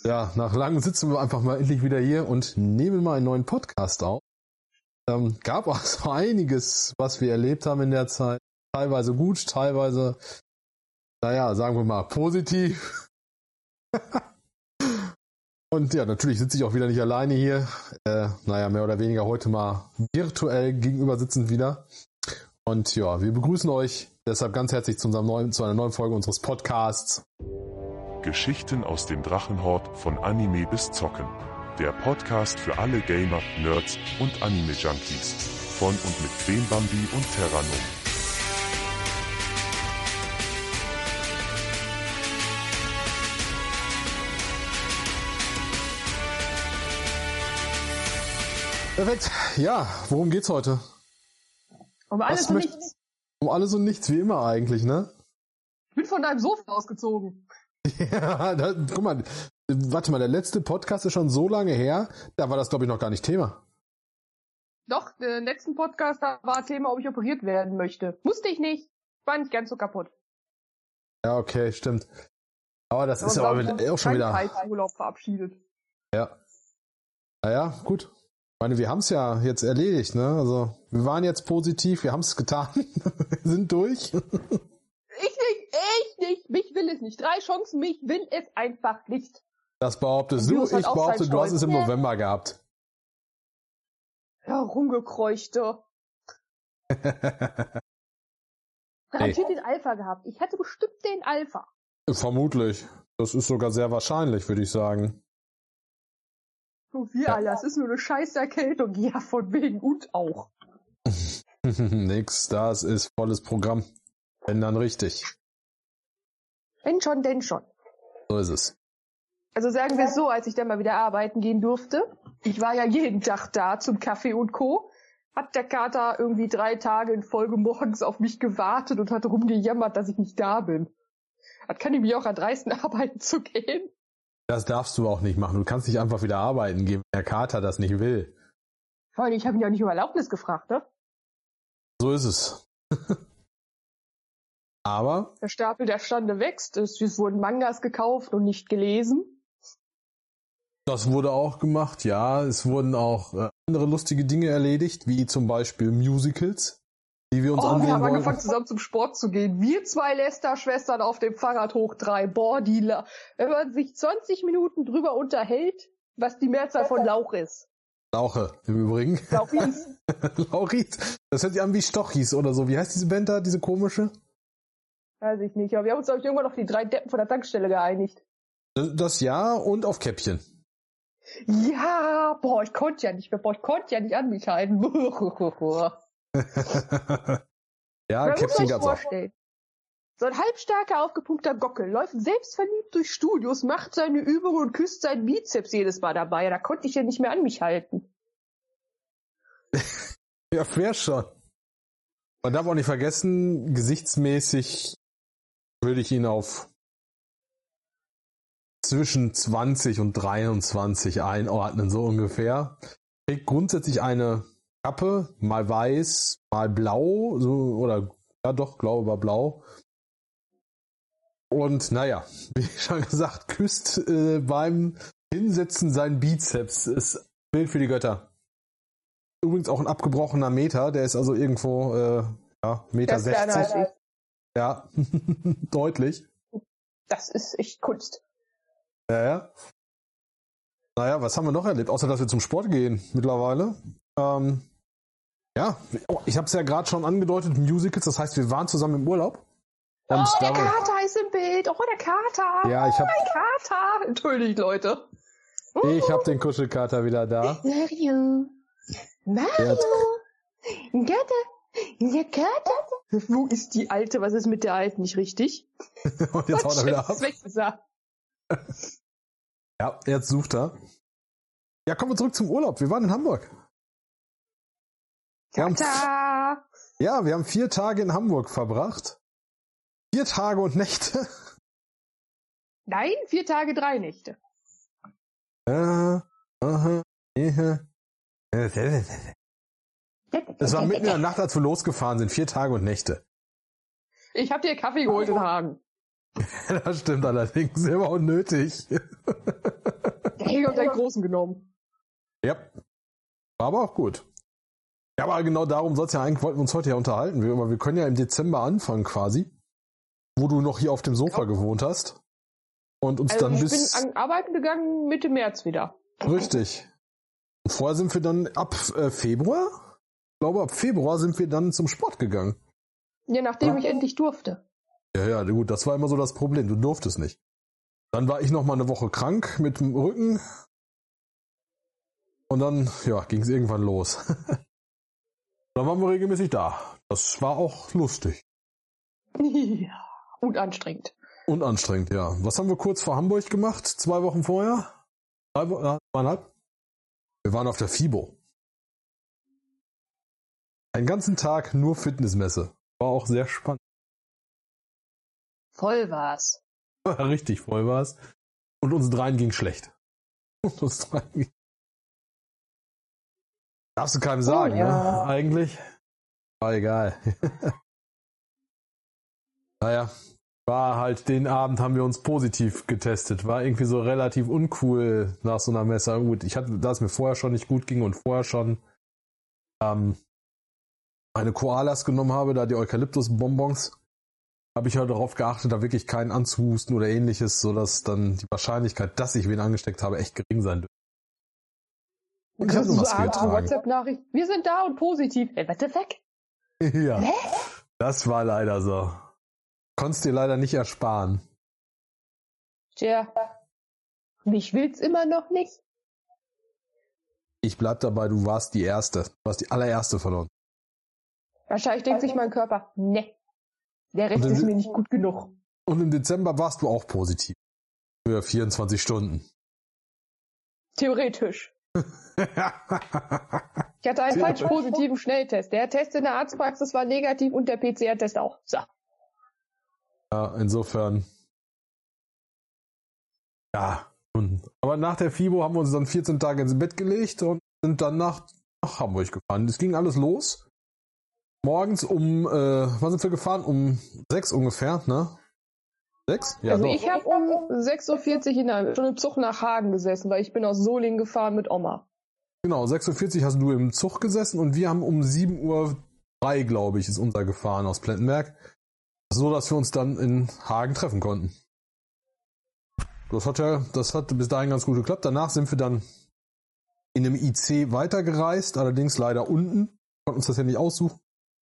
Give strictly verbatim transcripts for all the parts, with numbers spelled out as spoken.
Ja, nach langem sitzen wir einfach mal endlich wieder hier und nehmen mal einen neuen Podcast auf. Ähm, gab auch so einiges, was wir erlebt haben in der Zeit. Teilweise gut, teilweise, naja, sagen wir mal positiv. Und ja, natürlich sitze ich auch wieder nicht alleine hier. Äh, naja, mehr oder weniger heute mal virtuell gegenüber sitzend wieder. Und ja, wir begrüßen euch deshalb ganz herzlich zu, unserem neuen, zu einer neuen Folge unseres Podcasts. Geschichten aus dem Drachenhort von Anime bis Zocken. Der Podcast für alle Gamer, Nerds und Anime-Junkies. Von und mit Quenbambi und Terranum. Perfekt. Ja, worum geht's heute? Um alles Was und möcht- nichts. Um alles und nichts, wie immer eigentlich, ne? Ich bin von deinem Sofa ausgezogen. Ja, da, guck mal, warte mal, der letzte Podcast ist schon so lange her, da war das, glaube ich, noch gar nicht Thema. Doch, der letzten Podcast war Thema, ob ich operiert werden möchte. Musste ich nicht. War nicht ganz so kaputt. Ja, okay, stimmt. Aber das ist Und aber dann mit, auch schon wieder... Krankheitsurlaub verabschiedet. Ja. Naja, gut. Ich meine, wir haben es ja jetzt erledigt, ne? Also, wir waren jetzt positiv, wir haben es getan, wir sind durch. Ich nicht, ich nicht, mich will es nicht. Drei Chancen, mich will es einfach nicht. Das behauptest Und du, Virus hat ich auch behaupte, seinen du hast es im Stolz. November gehabt. Ja, rumgekreuchte. Garantiert den Alpha gehabt. Ich hätte bestimmt den Alpha. Vermutlich. Das ist sogar sehr wahrscheinlich, würde ich sagen. So wie alle, das ist nur eine scheiß Erkältung. Ja, von wegen und auch. Nix, das ist volles Programm. Wenn dann richtig. Wenn schon, denn schon. So ist es. Also sagen wir es so, als ich dann mal wieder arbeiten gehen durfte, ich war ja jeden Tag da zum Kaffee und Co., hat der Kater irgendwie drei Tage in Folge morgens auf mich gewartet und hat rumgejammert, dass ich nicht da bin. Das kann ich mich auch erdreisten, arbeiten zu gehen. Das darfst du auch nicht machen. Du kannst nicht einfach wieder arbeiten gehen, wenn der Kater das nicht will. Vor allem, ich habe ihn ja nicht um Erlaubnis gefragt, ne? So ist es. Aber Der Stapel der Stande wächst, es, es wurden Mangas gekauft und nicht gelesen. das wurde auch gemacht, ja. Es wurden auch äh, andere lustige Dinge erledigt, wie zum Beispiel Musicals, die wir uns Oh, wir ansehen haben wollen. angefangen zusammen zum Sport zu gehen. Wir zwei Lester-Schwestern auf dem Fahrrad hoch drei. Boah, die La- wenn man sich zwanzig Minuten drüber unterhält, was die Mehrzahl von Lauch ist. Lauche, im Übrigen. Lauchis. Lauchis. Das hört sich an wie Stochis oder so. Wie heißt diese Band da, diese komische? Weiß ich nicht, aber wir haben uns, glaube ich, irgendwann auf die drei Deppen von der Tankstelle geeinigt. Das, das ja und auf Käppchen. Ja, boah, ich konnte ja nicht mehr, boah, ich konnte ja nicht an mich halten. Ja, Man muss Käppchen euch gab's auch. vorstellen. So ein halbstarker, aufgepumpter Gockel läuft selbstverliebt durch Studios, macht seine Übungen und küsst seinen Bizeps jedes Mal dabei. Da konnte ich ja nicht mehr an mich halten. Ja, fair schon. Man darf auch nicht vergessen, gesichtsmäßig würde ich ihn auf zwischen zwanzig und dreiundzwanzig einordnen, so ungefähr. Trägt grundsätzlich eine Kappe, mal weiß, mal blau, so, oder, ja doch, glaube war blau. Und naja, wie schon gesagt, küsst äh, beim Hinsetzen seinen Bizeps. Ist Bild für die Götter. Übrigens auch ein abgebrochener Meter, der ist also irgendwo, äh, ja, Meter Das ist kleiner als sechzig. ich. Ja, deutlich. Das ist echt Kunst. Ja, ja. Naja, was haben wir noch erlebt? Außer, dass wir zum Sport gehen mittlerweile. Ähm, ja, oh, ich habe es ja gerade schon angedeutet, Musicals, das heißt, wir waren zusammen im Urlaub. Und Oh, der da- Kater ist im Bild. Oh, der Kater. Ja, ich hab- Oh, mein Kater. Entschuldigt, Leute. Ich habe den Kuschelkater wieder da. Mario. Der Mario. Kater. Der Kater. Wo ist die Alte? Was ist mit der Alten nicht richtig? Und jetzt haut er wieder ab. Ist weg, ist er. Ja, jetzt sucht er. Ja, kommen wir zurück zum Urlaub. Wir waren in Hamburg. Wir haben, Kater. ja, wir haben vier Tage in Hamburg verbracht. Vier Tage und Nächte. Nein, vier Tage, drei Nächte. Äh, aha, äh, Es war mitten in der Nacht, als wir losgefahren sind. Vier Tage und Nächte. Ich hab dir Kaffee geholt in Hagen. Das stimmt allerdings. Immer unnötig. Ich hab den Großen genommen. Ja. War aber auch gut. Ja, aber genau darum soll es ja eigentlich, wollten wir uns heute ja unterhalten. Wir, wir können ja im Dezember anfangen quasi, wo du noch hier auf dem Sofa ja. gewohnt hast. Und uns also dann ich bis... bin an Arbeiten gegangen Mitte März wieder. Richtig. Und vorher sind wir dann ab äh, Februar, ich glaube ab Februar sind wir dann zum Sport gegangen. Ja, nachdem ja. ich endlich durfte. Ja, ja, gut, das war immer so das Problem, du durftest nicht. Dann war ich noch mal eine Woche krank mit dem Rücken und dann, ja, ging es irgendwann los. Dann waren wir regelmäßig da. Das war auch lustig. Ja, und anstrengend. Und anstrengend, ja. Was haben wir kurz vor Hamburg gemacht? Zwei Wochen vorher? Drei Wochen, ja, zweieinhalb? Wir waren auf der FIBO. Einen ganzen Tag nur Fitnessmesse. War auch sehr spannend. Voll war's. Richtig voll war's. Und uns dreien ging schlecht. Und uns dreien ging... Darfst du keinem sagen, oh, ja. ne? Eigentlich. War egal. Naja, war halt, den Abend haben wir uns positiv getestet. War irgendwie so relativ uncool nach so einer Messe. Gut, ich hatte, da es mir vorher schon nicht gut ging und vorher schon ähm, meine Koalas genommen habe, da die Eukalyptusbonbons, habe ich halt darauf geachtet, da wirklich keinen anzuhusten oder ähnliches, sodass dann die Wahrscheinlichkeit, dass ich wen angesteckt habe, echt gering sein dürfte. Und ich habe so eine WhatsApp-Nachricht. Wir sind da und positiv. Ey, warte weg. Ja, Hä? Das war leider so. Konntest dir leider nicht ersparen. Tja, mich will's immer noch nicht. Ich bleib dabei, du warst die Erste. Du warst die allererste von uns. Wahrscheinlich denkt sich mein Körper, ne, der Rest ist mir nicht gut genug. Und im Dezember warst du auch positiv. Für vierundzwanzig Stunden. Theoretisch. Ich hatte einen falsch positiven Schnelltest. Der Test in der Arztpraxis war negativ und der P C R-Test auch. So. Ja, insofern. Ja. Aber nach der FIBO haben wir uns dann vierzehn Tage ins Bett gelegt und sind dann nach, nach Hamburg gefahren. Es ging alles los. Morgens um, äh, wann sind wir gefahren? Um sechs ungefähr, ne? Sechs? Ja, also doch. ich habe um sechs Uhr vierzig in der, schon im Zug nach Hagen gesessen, weil ich bin aus Solingen gefahren mit Oma. Genau, sechs Uhr vierzig hast du im Zug gesessen und wir haben um sieben Uhr drei, glaube ich, ist unser gefahren aus Plettenberg. So, dass wir uns dann in Hagen treffen konnten. Das hat ja, das hat bis dahin ganz gut geklappt. Danach sind wir dann in einem I C weitergereist, allerdings leider unten. Konnten uns das ja nicht aussuchen.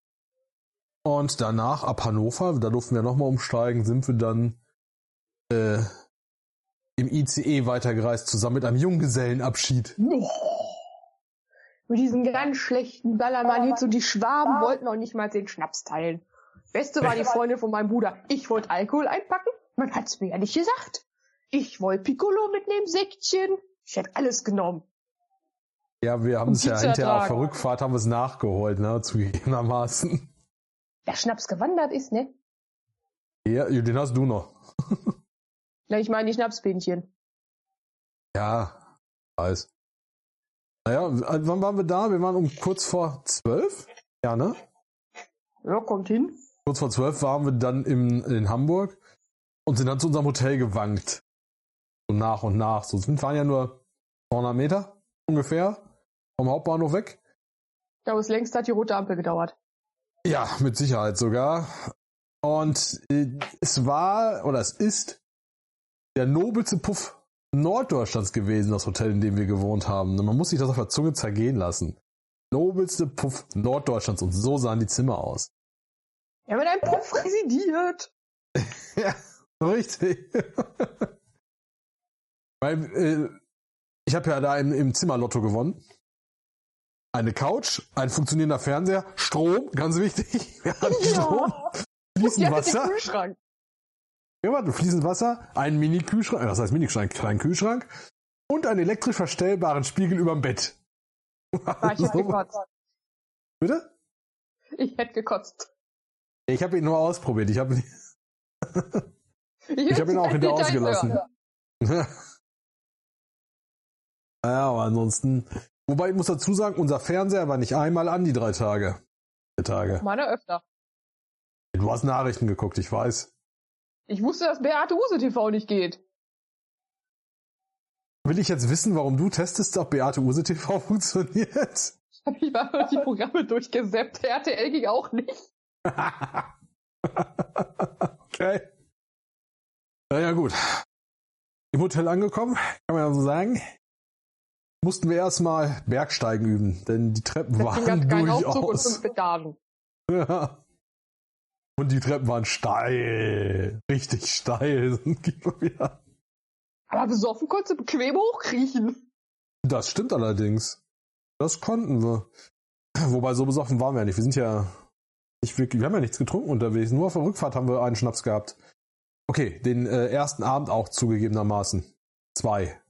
Und danach ab Hannover, da durften wir nochmal umsteigen, sind wir dann äh, im I C E weitergereist, zusammen mit einem Junggesellenabschied. Oh. Mit diesen ganz schlechten Ballermann-Hits und die Schwaben wollten auch nicht mal den Schnaps teilen. Beste war die Freundin von meinem Bruder. Ich wollte Alkohol einpacken, man hat's mir ja nicht gesagt. Ich wollte Piccolo mitnehmen, Säckchen. Ich hätte alles genommen. Ja, wir haben es ja hinterher auf der Rückfahrt, haben wir es nachgeholt, ne, zugegebenermaßen. Der Schnaps gewandert ist, ne? Ja, den hast du noch. Na, ich meine die Schnapspinchen. Ja, weiß. Naja, wann waren wir da? Wir waren um kurz vor zwölf? Ja, ne? Ja, kommt hin. Kurz vor zwölf waren wir dann in, in Hamburg und sind dann zu unserem Hotel gewankt. So nach und nach. So, wir waren ja nur zweihundert Meter ungefähr vom Hauptbahnhof weg. Da das längst hat die rote Ampel gedauert. Ja, mit Sicherheit sogar. Und äh, es war, oder es ist, der nobelste Puff Norddeutschlands gewesen, das Hotel, in dem wir gewohnt haben. Man muss sich das auf der Zunge zergehen lassen. Nobelste Puff Norddeutschlands, und so sahen die Zimmer aus. Ja, mit einem Puff residiert. Ja, richtig. Weil, äh, ich habe ja da im, im Zimmer Lotto gewonnen. Eine Couch, ein funktionierender Fernseher, Strom, ganz wichtig. Wir hatten Ja. Strom, fließend Ja, Wasser. den Kühlschrank. Ja, warte, fließend Wasser, ein Mini-Kühlschrank, was heißt Mini-Kühlschrank, kleinen Kühlschrank und einen elektrisch verstellbaren Spiegel überm Bett. Ah, ich hätte gekotzt. Bitte? Ich hätte gekotzt. Ich habe ihn nur ausprobiert. Ich habe ihn, Ich, ich hab ihn auch hinter ausgelassen. Ja, aber ansonsten. Wobei ich muss dazu sagen, unser Fernseher war nicht einmal an die drei Tage. Vier Tage. Meiner öfter. Du hast Nachrichten geguckt, ich weiß. Ich wusste, dass Beate Use T V nicht geht. Will ich jetzt wissen, warum du testest, ob Beate Use T V funktioniert? Hab ich mal die Programme durchgesäppt. R T L ging auch nicht. Okay. Naja, gut. Im Hotel angekommen, kann man ja so sagen, mussten wir erstmal Bergsteigen üben, denn die Treppen Das waren Ding hat keinen Aufzug und durchaus. fünf Etagen. Ja. Und die Treppen waren steil. Richtig steil sind die wieder. Aber besoffen konntest du bequem hochkriechen. Das stimmt allerdings. Das konnten wir. Wobei, so besoffen waren wir ja nicht. Wir sind ja nicht wirklich, wir haben ja nichts getrunken unterwegs. Nur auf der Rückfahrt haben wir einen Schnaps gehabt. Okay, den äh, ersten Abend auch zugegebenermaßen. Zwei.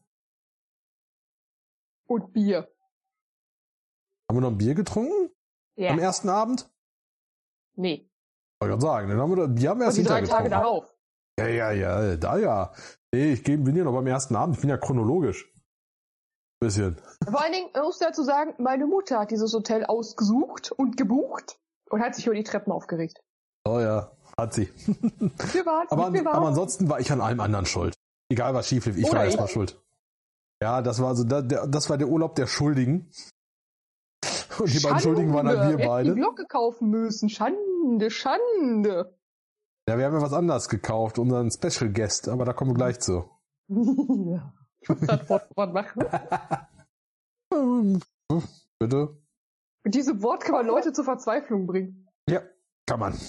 Und Bier. Haben wir noch ein Bier getrunken? Ja. Am ersten Abend? Nee. Wollte ich gerade sagen. Dann haben wir, Bier haben wir Und erst die drei hinterher Tage getrunken. darauf. Ja, ja, ja, da ja. Nee, ich bin ja noch beim ersten Abend. Ich bin ja chronologisch. Ein bisschen. Vor allen Dingen, man muss dazu sagen, meine Mutter hat dieses Hotel ausgesucht und gebucht und hat sich über die Treppen aufgeregt. Oh ja, hat sie. Wir waren's, aber, wir waren's. aber ansonsten war ich an allem anderen schuld. Egal was schief lief, ich Oder war ich. erstmal schuld. Ja, das war so, da- der, das war der Urlaub der Schuldigen. Und die beiden Schuldigen waren halt wir Hätten beide. die Glocke kaufen müssen. Schande, Schande. Ja, wir haben ja was anderes gekauft, unseren Special Guest, aber da kommen wir gleich zu. Ja. Ich muss das Wort Wort machen. Ähm, Bitte? Mit diesem Wort kann man Leute zur Verzweiflung bringen. Ja, kann man.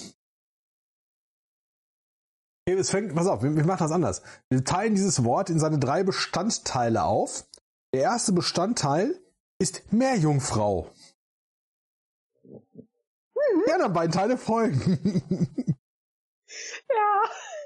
Okay, es fängt, pass auf, wir, wir machen das anders. Wir teilen dieses Wort in seine drei Bestandteile auf. Der erste Bestandteil ist Meerjungfrau. Die anderen beiden Teile folgen. Ja.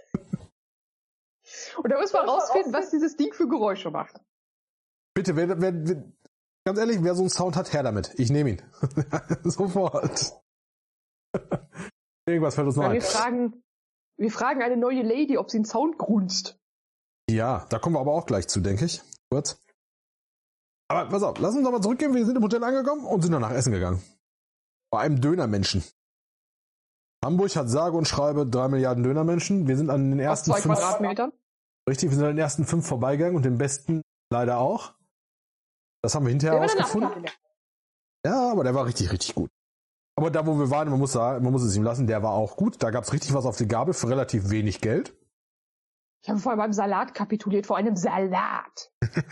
Und da müssen wir rausfinden, was dieses Ding für Geräusche macht. Bitte, wer, wer, wer, ganz ehrlich, wer so einen Sound hat, her damit. Ich nehme ihn. Sofort. Irgendwas fällt uns noch Weil ein. wir fragen, wir fragen eine neue Lady, ob sie einen Sound grunzt. Ja, da kommen wir aber auch gleich zu, denke ich. Kurz. Aber pass auf, lass uns doch mal zurückgehen. Wir sind im Hotel angekommen und sind danach essen gegangen. Bei einem Dönermenschen. Hamburg hat sage und schreibe drei Milliarden Dönermenschen. Wir sind an den Aus ersten zwei fünf... Quadratmetern. Richtig, wir sind an den ersten fünf vorbeigegangen und den besten leider auch. Das haben wir hinterher Der war dann rausgefunden. abgegangen. Ja, aber der war richtig, richtig gut. Aber da, wo wir waren, man muss, sagen, man muss es ihm lassen, der war auch gut. Da gab es richtig was auf die Gabel für relativ wenig Geld. Ich habe vorher beim Salat kapituliert, vor einem Salat.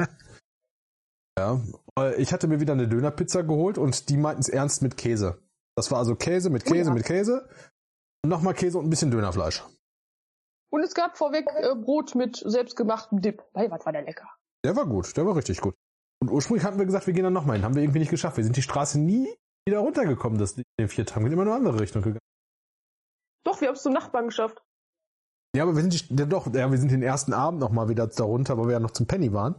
Ja. Ich hatte mir wieder eine Dönerpizza geholt und die meinten es ernst mit Käse. Das war also Käse mit Käse Oh ja. mit Käse. Und nochmal Käse und ein bisschen Dönerfleisch. Und es gab vorweg äh, Brot mit selbstgemachtem Dip. Hey, was war der lecker? Der war gut, der war richtig gut. Und ursprünglich hatten wir gesagt, wir gehen dann nochmal hin. Haben wir irgendwie nicht geschafft. Wir sind die Straße nie wieder runtergekommen, das in den vier Tagen. Wir sind immer nur in eine andere Richtung gegangen. Doch, wir haben es zum Nachbarn geschafft. Ja, aber wir sind die, ja doch, ja, wir sind den ersten Abend nochmal wieder da runter, weil wir ja noch zum Penny waren.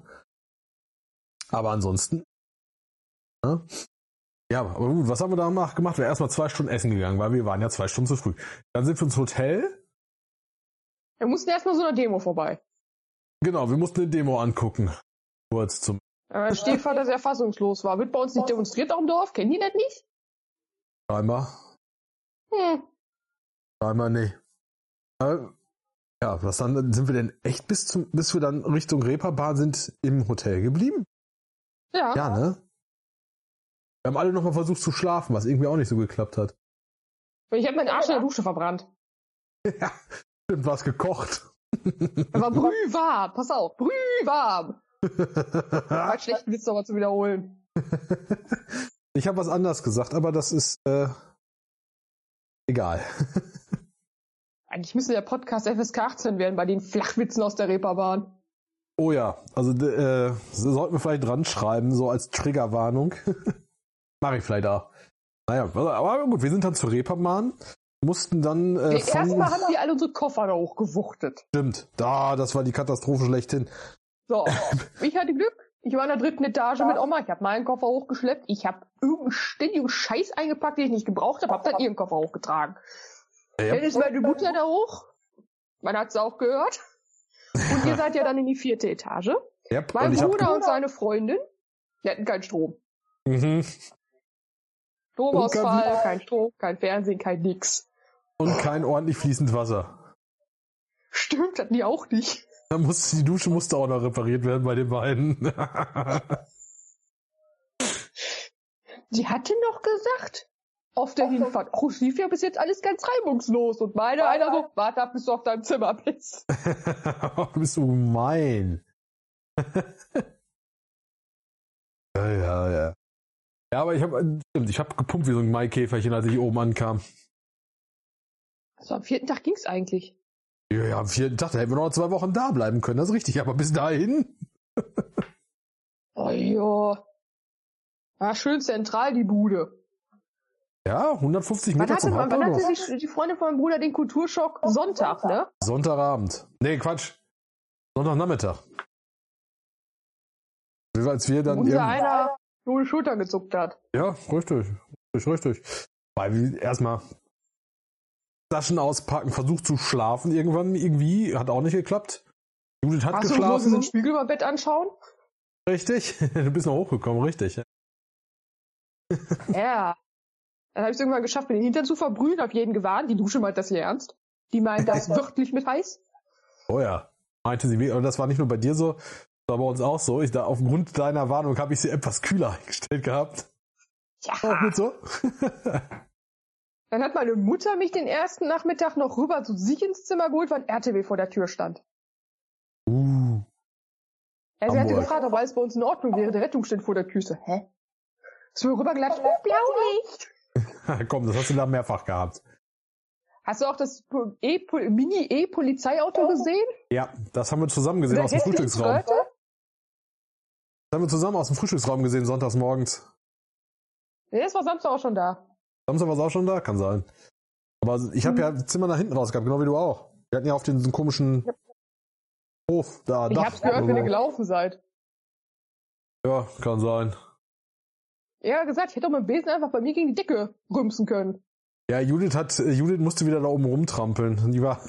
Aber ansonsten. Ja, ja aber gut, was haben wir danach gemacht? Wir sind erstmal zwei Stunden essen gegangen, weil wir waren ja zwei Stunden zu früh. Dann sind wir ins Hotel. Wir mussten erstmal so einer Demo vorbei. Genau, wir mussten eine Demo angucken. Kurz zum. Äh, Stiefvater sehr fassungslos war. Wird bei uns nicht demonstriert auch im Dorf? Kennen die das nicht? Scheinbar. Hm. Scheinbar, nee. Äh, ja, was dann sind wir denn echt bis zum, bis wir dann Richtung Reeperbahn sind im Hotel geblieben? Ja. Ja, ne? Wir haben alle nochmal versucht zu schlafen, was irgendwie auch nicht so geklappt hat. Ich habe meinen Arsch in der Dusche verbrannt. Ja, stimmt, was gekocht. Er war brühwarm. Pass auf, brühwarm. War schlechten Witz nochmal zu wiederholen. Ich habe was anderes gesagt, aber das ist äh, egal. Eigentlich müsste der Podcast F S K achtzehn werden bei den Flachwitzen aus der Reeperbahn. Oh ja, also äh, sollten wir vielleicht dran schreiben, so als Triggerwarnung. Mache ich vielleicht auch. Naja, aber gut, wir sind dann zur Reeperbahn, mussten dann äh, von... Erstmal haben die alle unsere Koffer da hochgewuchtet. Stimmt, da, das war die Katastrophe schlechthin. So, ich hatte Glück. Ich war in der dritten Etage mit Oma. Ich habe meinen Koffer hochgeschleppt. Ich habe irgendeinen ständigen Scheiß eingepackt, den ich nicht gebraucht habe. Hab dann ihren Koffer hochgetragen. Ja, Dann ist meine Mutter da hoch. Man hat's auch gehört. Und ihr seid ja dann in die vierte Etage. ja, Mein und ich hab, Bruder und seine Freundin, die hatten keinen Strom. mhm. Stromausfall, kein Strom, kein Fernsehen, kein nix. Und kein ordentlich fließend Wasser. Stimmt, hatten die auch nicht. Dann musste die Dusche musste auch noch repariert werden bei den beiden. Die hatte noch gesagt, auf der Hinfahrt, oh, lief ja bis jetzt alles ganz reibungslos. Und meine einer so, warte ab, bis du auf deinem Zimmer bist. Du bist so gemein. ja, ja, ja. Ja, aber ich habe stimmt, ich habe gepumpt wie so ein Maikäferchen, als ich oben ankam. Also am vierten Tag ging's eigentlich. Ja, ja, am vierten Tag, da hätten wir noch zwei Wochen da bleiben können, das ist richtig, aber bis dahin. Oh ja. Ja, schön zentral die Bude. Ja, hundertfünfzig Meter Wann hatte, zum man, wann Hauptbahnhof. hatte die, die Freundin von meinem Bruder den Kulturschock? Sonntag, ne? Sonntagabend. Nee, Quatsch. Sonntagnachmittag. Wie als wir dann Unser irgend- einer nur die Schultern gezuckt hat. Ja, richtig. Richtig, richtig. Weil wir erstmal Taschen auspacken, versucht zu schlafen irgendwann irgendwie, hat auch nicht geklappt. Judith hat Hast du bloß in geschlafen. den Spiegel beim Bett anschauen? Richtig. Du bist noch hochgekommen, richtig. Ja. Dann habe ich es irgendwann geschafft, mir den Hintern zu verbrühen, auf jeden gewarnt. Die Dusche meint das hier ernst. Die meint das wörtlich mit heiß. Oh ja. Meinte sie, und das war nicht nur bei dir so, das war bei uns auch so. Ich da aufgrund deiner Warnung habe ich sie etwas kühler eingestellt gehabt. Ja. Auch gut so. Dann hat meine Mutter mich den ersten Nachmittag noch rüber zu sich ins Zimmer geholt, weil ein R T W vor der Tür stand. Uh. Ja, sie hatte Hamburg. gefragt, ob alles bei uns in Ordnung wäre. Der Rettung steht vor der Tür. Ich so, hä? Ist mir rübergelatscht. Oh, Blaulicht. Komm, das hast du da mehrfach gehabt. Hast du auch das e Mini-E-Polizeiauto gesehen? Ja, das haben wir zusammen gesehen aus dem hässliche Frühstücksraum. Leute? Das haben wir zusammen aus dem Frühstücksraum gesehen, sonntags morgens. Nee, das war Samstag auch schon da. Samstag war es auch schon da, kann sein. Aber ich habe Mhm. ja Zimmer nach hinten raus gehabt, genau wie du auch. Wir hatten ja auf den diesen komischen Hof da. Ich Dach hab's gehört, oder wenn ihr so. gelaufen seid. Ja, kann sein. Ja, gesagt, ich hätte doch mit dem Besen einfach bei mir gegen die Decke rümpsen können. Ja, Judith hat, äh, Judith musste wieder da oben rumtrampeln. Die war.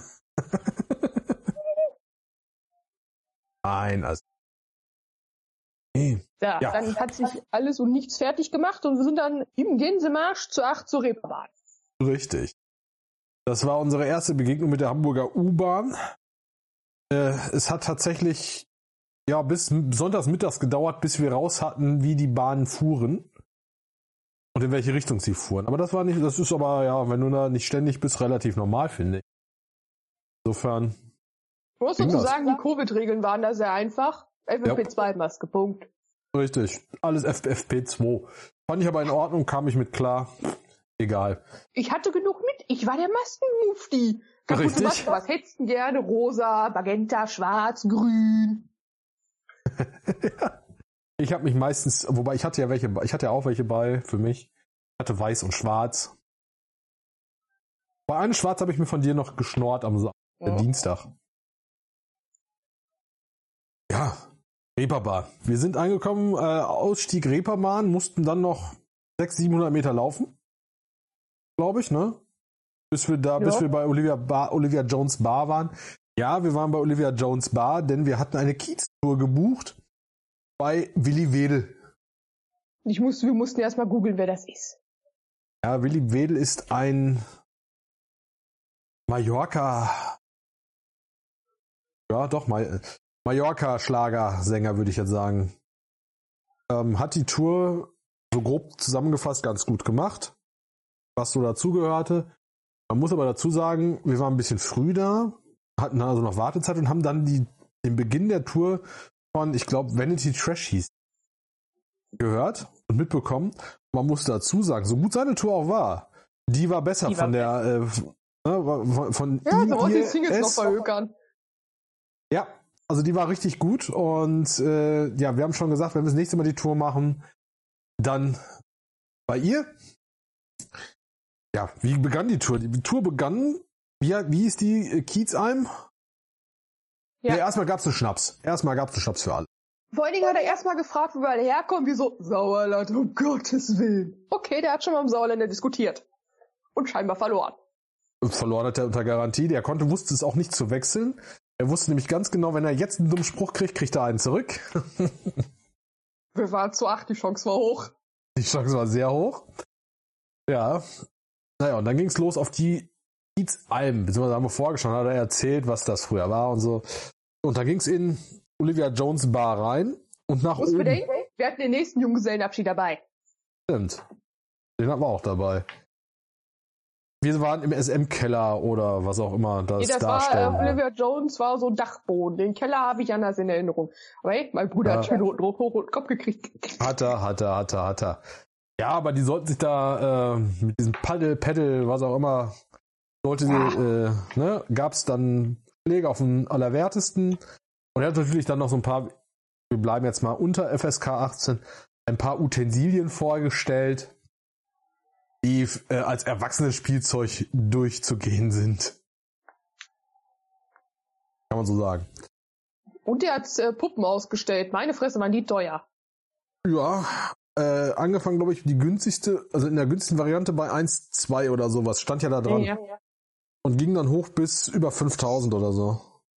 Nein, also. Nee. Ja, Ja. dann hat sich alles und nichts fertig gemacht und wir sind dann im Gänsemarsch zu acht zur Reeperbahn. Richtig. Das war unsere erste Begegnung mit der Hamburger U-Bahn. Äh, es hat tatsächlich ja bis sonntags mittags gedauert, bis wir raus hatten, wie die Bahnen fuhren und in welche Richtung sie fuhren. Aber das war nicht, das ist aber ja, wenn du da nicht ständig bist, relativ normal, finde ich. Insofern. Ich muss Ging dazu das? sagen, die Covid-Regeln waren da sehr einfach. F F P zwei Maske, Punkt. Richtig. Alles F F P zwei. Fand ich aber in Ordnung, kam ich mit klar. Egal. Ich hatte genug mit. Ich war der Maskenmufti. Kaputte Richtig. Maske, was hättest du denn gerne? Rosa, Magenta, Schwarz, Grün. Ich habe mich meistens, wobei ich hatte ja welche, ich hatte ja auch welche bei für mich. Ich hatte weiß und schwarz. Bei einem schwarz habe ich mir von dir noch geschnort am Sa- äh, Ja. Dienstag. Ja, Reeperbahn. Wir sind angekommen, äh, Ausstieg Reeperbahn, mussten dann noch sechshundert, siebenhundert Meter laufen. Glaube ich, ne? Bis wir da, Ja. bis wir bei Olivia, Bar, Olivia Jones Bar waren. Ja, wir waren bei Olivia Jones Bar, denn wir hatten eine Kiez-Tour gebucht bei Willi Wedel. Ich musste, wir mussten erst mal googeln, wer das ist. Ja, Willi Wedel ist ein Mallorca, ja doch, mal Mallorca-Schlagersänger, würde ich jetzt sagen. Ähm, hat die Tour so grob zusammengefasst ganz gut gemacht, was so dazugehörte. Man muss aber dazu sagen, wir waren ein bisschen früh da, hatten also noch Wartezeit und haben dann die, den Beginn der Tour von, ich glaube, Vanity Trash hieß, gehört und mitbekommen. Man muss dazu sagen, so gut seine Tour auch war, die war besser Die war von der, äh, von, von Ja, ihm, wir wollten die ihr, Singles noch es. verhökern. Ja, also die war richtig gut und äh, ja, wir haben schon gesagt, wenn wir das nächste Mal die Tour machen, dann bei ihr. Ja, wie begann die Tour? Die Tour begann, wie, wie ist die äh, Kiezalm? Ja. Ja, erstmal gab's einen Schnaps. Erstmal gab's einen Schnaps für alle. Vor allen Dingen hat er erstmal gefragt, wo wir alle herkommen. Wir so, Sauerland, um Gottes Willen. Okay, der hat schon mal im Sauerländer diskutiert. Und scheinbar verloren. Verloren hat er unter Garantie. Der konnte, wusste es auch nicht zu wechseln. Er wusste nämlich ganz genau, wenn er jetzt einen dummen Spruch kriegt, kriegt er einen zurück. Wir waren zu acht, die Chance war hoch. Die Chance war sehr hoch. Ja. Naja, und dann ging's los auf die Kiezalm. Beziehungsweise haben wir vorgeschaut, hat er erzählt, was das früher war und so. Und da ging es in Olivia Jones Bar rein und nach Muss oben. bedenken, wir hatten den nächsten Junggesellenabschied dabei. Stimmt. Den hatten wir auch dabei. Wir waren im S M-Keller oder was auch immer das, Nee, das darstellen. war, äh, Olivia Jones war so ein Dachboden. Den Keller habe ich anders in Erinnerung. Aber hey, mein Bruder Ja. hat schön hoch, hoch, hoch und Kopf gekriegt. Hat er, hat er, hat er, hat er. Ja, aber die sollten sich da äh, mit diesem Paddel, Paddel, was auch immer, sollte sie, äh, ne, gab es dann Schläge auf den Allerwertesten. Und er hat natürlich dann noch so ein paar, wir bleiben jetzt mal unter F S K achtzehn, ein paar Utensilien vorgestellt, die äh, als erwachsenes Spielzeug durchzugehen sind. Kann man so sagen. Und der hat äh, Puppen ausgestellt. Meine Fresse, waren die teuer. Ja, äh, angefangen, glaube ich, die günstigste, also in der günstigsten Variante bei eins Komma zwei oder sowas, stand ja da dran. Ja. Und ging dann hoch bis über fünftausend oder so.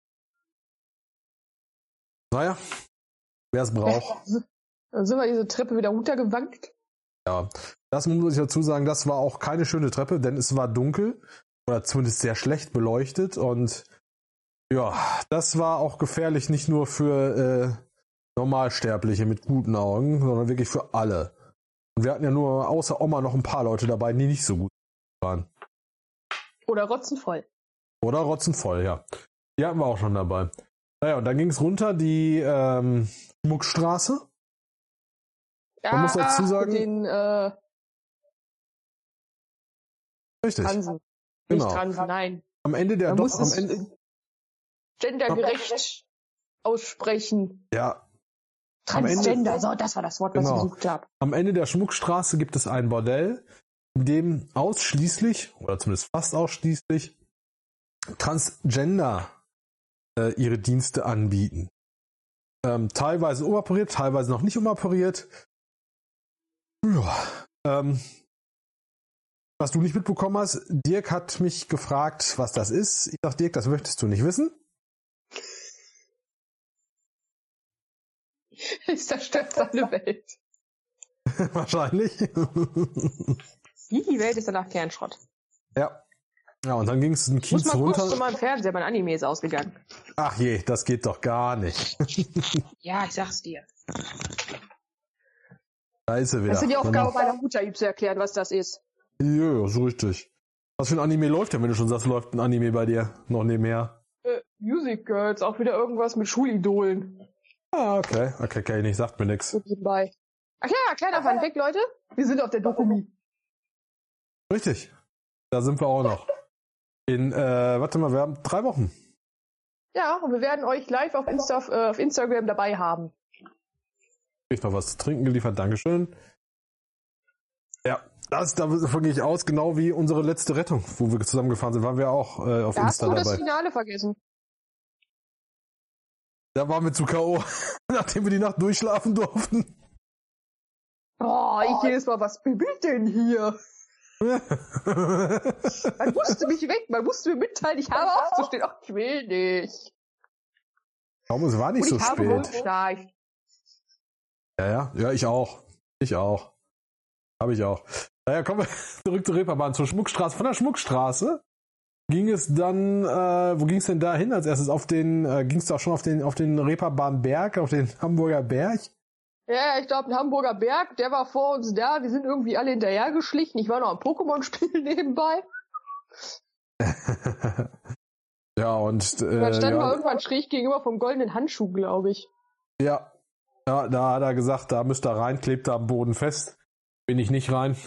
Naja, wer es braucht. Dann sind wir diese Treppe wieder runtergewankt. Ja, das muss ich dazu sagen, das war auch keine schöne Treppe, denn es war dunkel oder zumindest sehr schlecht beleuchtet und ja, das war auch gefährlich, nicht nur für äh, Normalsterbliche mit guten Augen, sondern wirklich für alle. Und wir hatten ja nur außer Oma noch ein paar Leute dabei, die nicht so gut waren. Oder rotzenvoll. Oder rotzenvoll, ja. Die hatten wir auch schon dabei. Naja, und dann ging es runter die ähm, Schmuckstraße. Ja, Man muss dazu sagen- mit den äh, Richtig. Transen. Genau. Nicht Transen, nein. Am Ende der Man doch, muss am es Ende. gendergerecht aussprechen. Ja, Am Ende- Transgender, so, das war das Wort, was Genau. ich gesucht habe. am Ende der Schmuckstraße gibt es ein Bordell, in dem ausschließlich, oder zumindest fast ausschließlich, Transgender äh, ihre Dienste anbieten. Ähm, teilweise umoperiert, teilweise noch nicht umoperiert. Ja, ähm, was du nicht mitbekommen hast, Dirk hat mich gefragt, was das ist. Ich sag, Dirk, das möchtest du nicht wissen. Ist das stört seine Welt. Wahrscheinlich. Die Welt ist danach Kernschrott. Ja. Ja, und dann ging es in Ich muss Kiez mal kurz runter. zu meinem Fernseher, mein Anime ist ausgegangen. Ach je, das geht doch gar nicht. Ja, ich sag's dir. Da ist er wieder. Das ist die Dann Aufgabe noch- meiner Mutter, ihm zu erklären, was das ist. Ja, ja, so richtig. Was für ein Anime läuft denn, wenn du schon sagst, läuft ein Anime bei dir noch nebenher? Äh, Music Girls, auch wieder irgendwas mit Schulidolen. Ah, okay. Okay, okay, nicht, sagt mir nix. So nebenbei. Ach ja, kleiner Fun Fact, Leute. Wir sind auf der Dokumi. Richtig. Da sind wir auch noch. In, äh, warte mal, wir haben drei Wochen. Ja, und wir werden euch live auf, Insta, äh, auf Instagram dabei haben. Ich noch was zu trinken geliefert, Dankeschön. Ja, das, davon gehe ich aus, genau wie unsere letzte Rettung, wo wir zusammengefahren sind, waren wir auch äh, auf Da hast Insta du das dabei. Finale vergessen. Da waren wir zu K O, nachdem wir die Nacht durchschlafen durften. Oh, ich jedes Mal, was bimmelt denn hier? Man musste mich weg, man musste mir mitteilen, ich habe aufzustehen. Ach, ich will nicht. Warum, es war nicht Und so ich habe spät. rumgeschnarcht. Ja, ja, ja, ich auch. Ich auch. Habe ich auch. Naja, kommen wir zurück zur Reeperbahn, zur Schmuckstraße. Von der Schmuckstraße ging es dann, äh, wo ging es denn da hin? Als erstes auf den, äh, ging es doch schon auf den, auf den Reeperbahnberg, auf den Hamburger Berg? Ja, ich glaube, ein Hamburger Berg, der war vor uns da. Wir sind irgendwie alle hinterhergeschlichen. Ich war noch am Pokémon-Spiel nebenbei. Ja, und, Und dann äh, standen wir ja, irgendwann schräg gegenüber vom goldenen Handschuh, glaube ich. ja, ja, da hat er gesagt, da müsst ihr rein, klebt er am Boden fest. Bin ich nicht rein.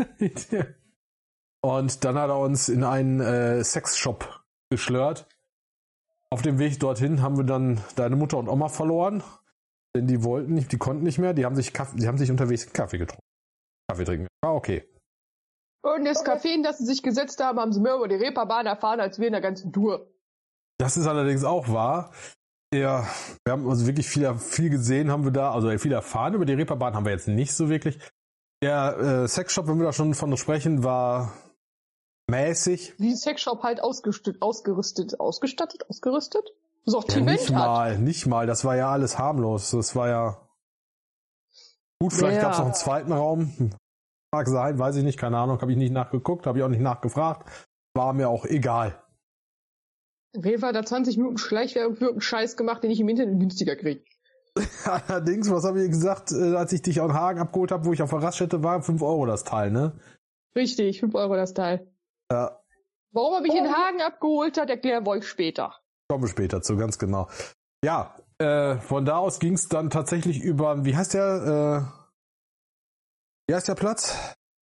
Und dann hat er uns in einen äh, Sexshop geschlört. Auf dem Weg dorthin haben wir dann deine Mutter und Oma verloren. Denn die wollten nicht, die konnten nicht mehr. Die haben sich, Kaffee, die haben sich unterwegs Kaffee getrunken. Kaffee trinken. War okay. Und das Café, in das sie sich gesetzt haben, haben sie mehr über die Reeperbahn erfahren, als wir in der ganzen Tour. Das ist allerdings auch wahr. Ja, wir haben also wirklich viel, viel gesehen, haben wir da, also viel erfahren über die Reeperbahn haben wir jetzt nicht so wirklich. Der äh, Sexshop, wenn wir da schon von sprechen, war mäßig. Wie ein Sexshop halt ausgerüstet, ausgerüstet, ausgestattet, ausgerüstet? Ja, Sortiment nicht hat. mal, nicht mal. Das war ja alles harmlos. Das war ja gut. Vielleicht Ja. gab es noch einen zweiten Raum. Mag sein, weiß ich nicht. Keine Ahnung. Habe ich nicht nachgeguckt. Habe ich auch nicht nachgefragt. War mir auch egal. Auf jeden Fall hat er zwanzig Minuten Schleichwerbung für einen Scheiß gemacht, den ich im Internet günstiger kriege. Allerdings, was habe ich gesagt, äh, als ich dich an Hagen abgeholt habe, wo ich auf der Raststätte war, fünf Euro das Teil, ne? Richtig, fünf Euro das Teil. Ja. Warum habe ich in Hagen abgeholt hat, erklären wir euch später. Kommen wir später zu, ganz genau. Ja, äh, von da aus ging es dann tatsächlich über, wie heißt der, äh, wie heißt der Platz?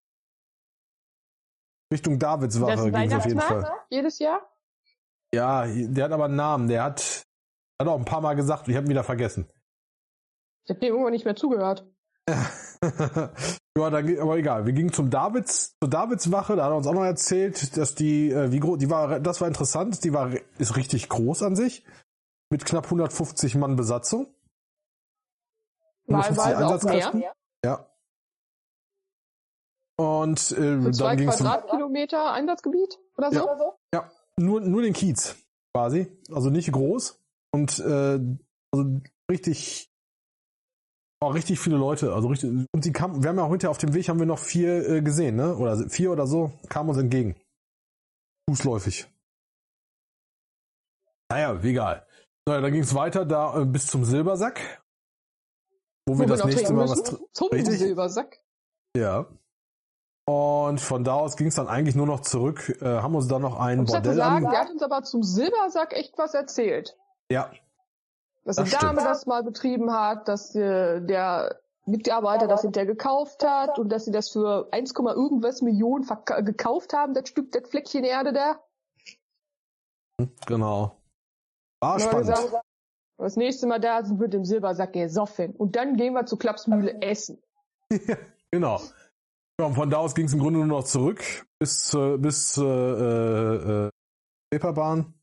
Richtung Davidswache ging es auf jeden Fall. Jedes Jahr? Ja, der hat aber einen Namen, der hat, hat auch ein paar Mal gesagt, ich habe ihn wieder vergessen. Ich habe dem irgendwann nicht mehr zugehört. Ja, dann, aber egal. Wir gingen zum Davids, zur Davidswache, da hat er uns auch noch erzählt, dass die, äh, wie groß, die war, das war interessant, die war, ist richtig groß an sich, mit knapp hundertfünfzig Mann Besatzung. Wahlweise auch mehr. Ja. Und, äh, Für dann zwei ging's Quadratkilometer um, Einsatzgebiet oder so? Ja, ja. Nur, nur den Kiez, quasi. Also nicht groß. Und, äh, also richtig, auch richtig viele Leute, also richtig, und die kamen, wir haben ja heute auf dem Weg haben wir noch vier äh, gesehen, ne? Oder vier oder so, kamen uns entgegen. Fußläufig. Naja, egal. Naja, dann ging es weiter da äh, bis zum Silbersack. Wo, wo wir das nächste Mal was zum richtig? Silbersack. Ja. Und von da aus ging es dann eigentlich nur noch zurück, äh, haben uns dann noch ein ich Bordell sagen, an. Der hat uns aber zum Silbersack echt was erzählt. Ja. Dass die Dame stimmt. das mal betrieben hat, dass äh, der Mitarbeiter das hinterher gekauft hat und dass sie das für eins, irgendwas Millionen verk- gekauft haben, das Stück, das Fleckchen Erde da. Genau. War spannend. Gesagt, das nächste Mal da sind wir mit dem Silbersack gesoffen. Und dann gehen wir zur Klapsmühle essen. Ja, genau. Ja, und von da aus ging es im Grunde nur noch zurück bis, äh, bis äh, äh, Reeperbahn.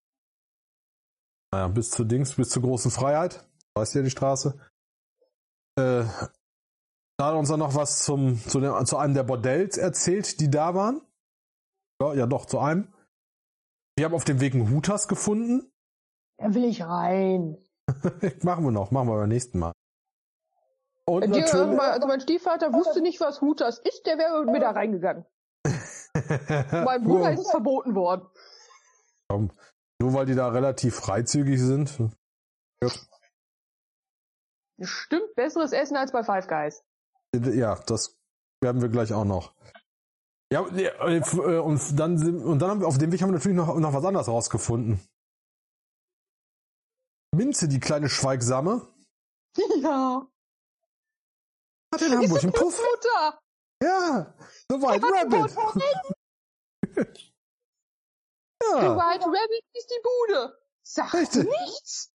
Naja, bis zu Dings, bis zur großen Freiheit. Weißt du ja die Straße. Äh, da hat uns dann noch was zum, zu, dem, zu einem der Bordells erzählt, die da waren. Ja, ja doch, zu einem. Wir haben auf dem Weg einen Hutas gefunden. Da will ich rein. Machen wir noch, machen wir beim nächsten Mal. Und die, natürlich, also mein Stiefvater wusste nicht, was Hutas ist, der wäre mit da reingegangen. Mein Bruder ist es verboten worden. Komm, nur weil die da relativ freizügig sind. Ja. Bestimmt besseres Essen als bei Five Guys. Ja, das werden wir gleich auch noch. Ja, und dann, sind, und dann haben wir auf dem Weg haben wir natürlich noch, noch was anderes rausgefunden. Minze, die kleine Schweigsame. Ja. Hat in Hamburg einen Puff. Mutter. Ja, The White Rabbit. Ja. The White Rabbit ist die Bude. Sag Richtig. nichts.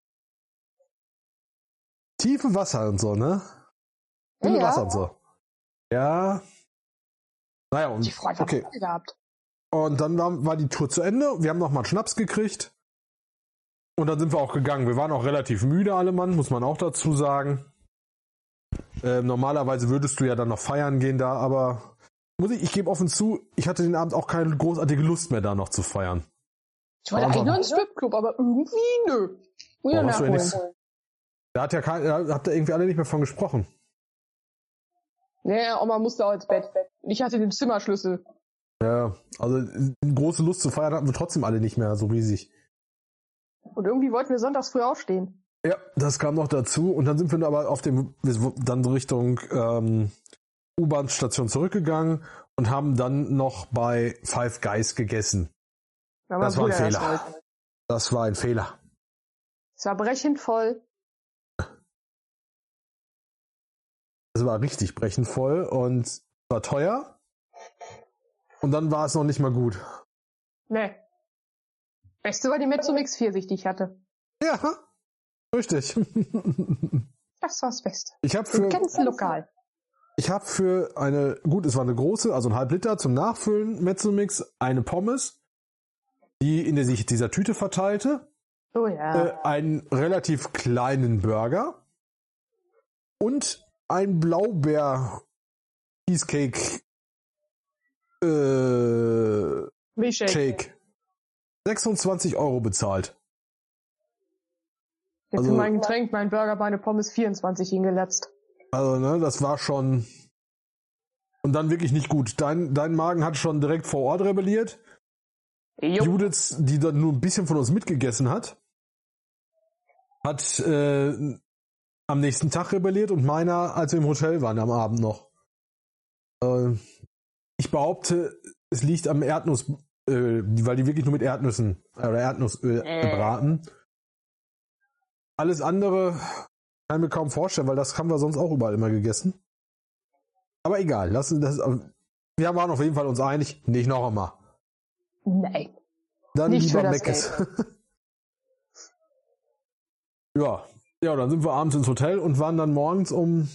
Tiefe Wasser und so, ne? Tiefe ja. Wasser und so. Ja. Naja, und die Freunde okay. haben gehabt. Und dann war, war die Tour zu Ende. Wir haben noch mal einen Schnaps gekriegt. Und dann sind wir auch gegangen. Wir waren auch relativ müde, alle Mann, muss man auch dazu sagen. Äh, normalerweise würdest du ja dann noch feiern gehen da, aber muss ich, ich gebe offen zu, ich hatte den Abend auch keine großartige Lust mehr da noch zu feiern. Ich wollte eigentlich nur einen Stripclub, aber irgendwie nö. Oh, hast du ja nichts, da hat ja kein, da habt ihr irgendwie alle nicht mehr von gesprochen. Nee, Oma musste auch ins Bett. Ich hatte den Zimmerschlüssel. Ja, also große Lust zu feiern hatten wir trotzdem alle nicht mehr so riesig. Und irgendwie wollten wir sonntags früh aufstehen. Ja, das kam noch dazu. Und dann sind wir aber auf dem, dann Richtung ähm, U-Bahn-Station zurückgegangen und haben dann noch bei Five Guys gegessen. Ja, das war ein Fehler. Das, das war ein Fehler. Es war brechend voll. Es war richtig brechend voll und war teuer. Und dann war es noch nicht mal gut. Nee. Beste war die Mezzomix Pfirsich, die ich hatte. Ja, richtig. Das war das Beste. Ich habe für ganz lokal. Ich habe für eine, gut, es war eine große, also ein halb Liter zum Nachfüllen Mezzomix, eine Pommes, die in der sich dieser Tüte verteilte. Oh ja. Äh, einen relativ kleinen Burger und ein Blaubeer Cheesecake äh, Milchshake. Shake. sechsundzwanzig Euro bezahlt. Jetzt also, für mein Getränk, mein Burger, meine Pommes vierundzwanzig hingeletzt. Also, ne, das war schon. Und dann wirklich nicht gut. Dein, dein Magen hat schon direkt vor Ort rebelliert. Jo. Judith, die dann nur ein bisschen von uns mitgegessen hat, hat äh, am nächsten Tag rebelliert und meiner, als wir im Hotel waren, am Abend noch. Äh, ich behaupte, es liegt am Erdnuss, äh, weil die wirklich nur mit Erdnüssen äh, oder Erdnussöl Äh. braten. Alles andere kann ich mir kaum vorstellen, weil das haben wir sonst auch überall immer gegessen. Aber egal, lass uns das. Wir waren auf jeden Fall uns einig, nicht noch einmal. Nein. Dann Nicht lieber für das Meckes. ja. Ja, dann sind wir abends ins Hotel und waren dann morgens um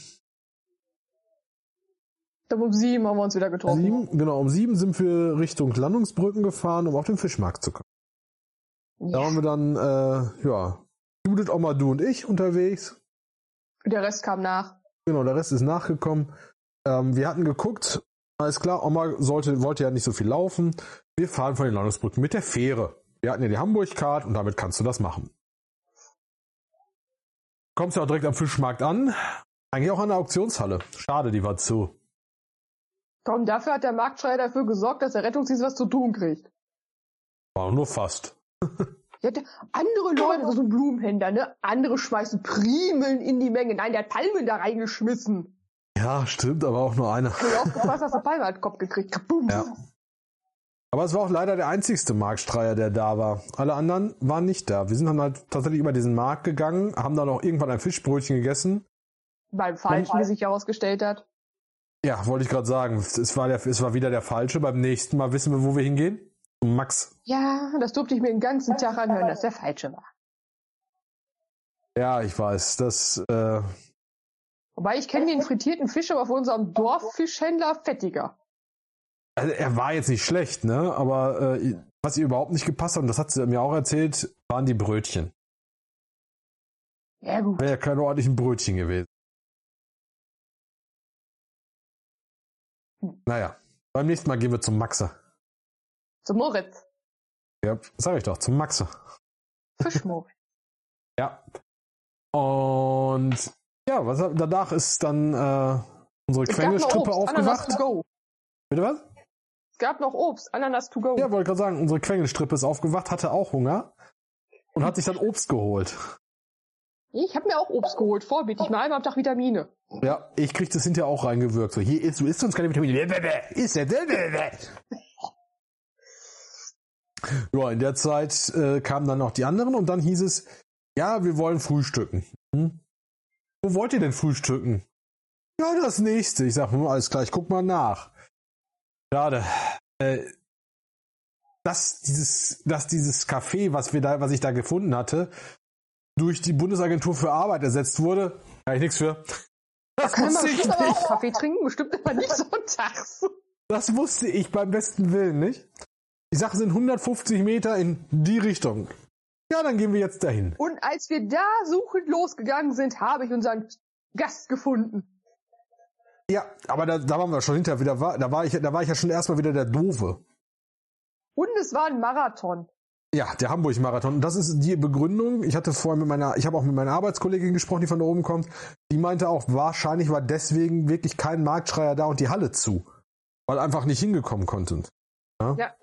Dann um sieben haben wir uns wieder getroffen. sieben, genau, um sieben sind wir Richtung Landungsbrücken gefahren, um auf den Fischmarkt zu kommen. Da Ja. waren wir dann, äh, ja, Judith, Oma, du und ich unterwegs. Der Rest kam nach. Genau, der Rest ist nachgekommen. Ähm, wir hatten geguckt, alles klar, Oma sollte, wollte ja nicht so viel laufen. Wir fahren von den Landungsbrücken mit der Fähre. Wir hatten ja die Hamburg-Card und damit kannst du das machen. Kommst ja auch direkt am Fischmarkt an. Eigentlich auch an der Auktionshalle. Schade, die war zu. Komm, dafür hat der Marktschreier dafür gesorgt, dass der Rettungsdienst was zu tun kriegt. War auch nur fast. Ja, der, andere Leute, so ein Blumenhändler, ne? Andere schmeißen Primeln in die Menge. Nein, der hat Palmen da reingeschmissen. Ja, stimmt, aber auch nur einer. Ich hab aufgepasst, dass der Palme hat den Kopf gekriegt. Kabum. Ja. Aber es war auch leider der einzigste Marktschreier, der da war. Alle anderen waren nicht da. Wir sind dann halt tatsächlich über diesen Markt gegangen, haben dann auch irgendwann ein Fischbrötchen gegessen. Beim Falschen, wie sich herausgestellt hat. Ja, wollte ich gerade sagen. Es war, der, es war wieder der falsche. Beim nächsten Mal wissen wir, wo wir hingehen. Zum Max. Ja, das durfte ich mir den ganzen Tag anhören, dass der Falsche war. Ja, ich weiß. Das, äh, Wobei, ich kenne den frittierten Fisch aber von unserem Dorffischhändler fettiger. also er war jetzt nicht schlecht, ne? Aber äh, was ihr überhaupt nicht gepasst hat, und das hat sie mir auch erzählt, waren die Brötchen. Ja, gut. Wäre ja keine ordentlichen Brötchen gewesen. Hm. Naja, beim nächsten Mal gehen wir zum Maxer. Zum Moritz. Ja, sag ich doch, zum Maxer. Fischmoritz. Ja. Und ja, was danach ist dann äh, unsere Es gab noch Quengelstrippe Obst, Ananas aufgewacht. to go. Bitte was? Es gab noch Obst, Ananas to go. Ja, wollte gerade sagen, unsere Quengelstrippe ist aufgewacht, hatte auch Hunger und hat sich dann Obst geholt. Ich habe mir auch Obst geholt, vorbildlich, mal einmal am Tag Vitamine. Ja, ich krieg das hinterher auch reingewirkt. So, hier isst du isst sonst keine Vitamine. Ist der? Ja, in der Zeit äh, kamen dann noch die anderen und dann hieß es, ja, wir wollen frühstücken. Hm? Wo wollt ihr denn frühstücken? Ja, das nächste. Ich sag, hm, alles klar, ich guck mal nach. Schade. Äh, dass dieses, dass dieses Café, was wir da, was ich da gefunden hatte, durch die Bundesagentur für Arbeit ersetzt wurde, kann ich nichts für. Das Kann man wusste ich bestimmt aber auch nicht. Kaffee trinken, bestimmt aber nicht sonntags. Das wusste ich beim besten Willen nicht. Die Sache sind hundertfünfzig Meter in die Richtung. Ja, dann gehen wir jetzt dahin. Und als wir da suchend losgegangen sind, habe ich unseren Gast gefunden. Ja, aber da, da waren wir schon hinterher wieder. Da war ich, da war ich ja schon erstmal wieder der Doofe. Und es war ein Marathon. Ja, der Hamburg-Marathon. Und das ist die Begründung. Ich hatte vorher mit meiner, ich habe auch mit meiner Arbeitskollegin gesprochen, die von da oben kommt. Die meinte auch, wahrscheinlich war deswegen wirklich kein Marktschreier da und die Halle zu. Weil einfach nicht hingekommen konnten. Ja. Ja.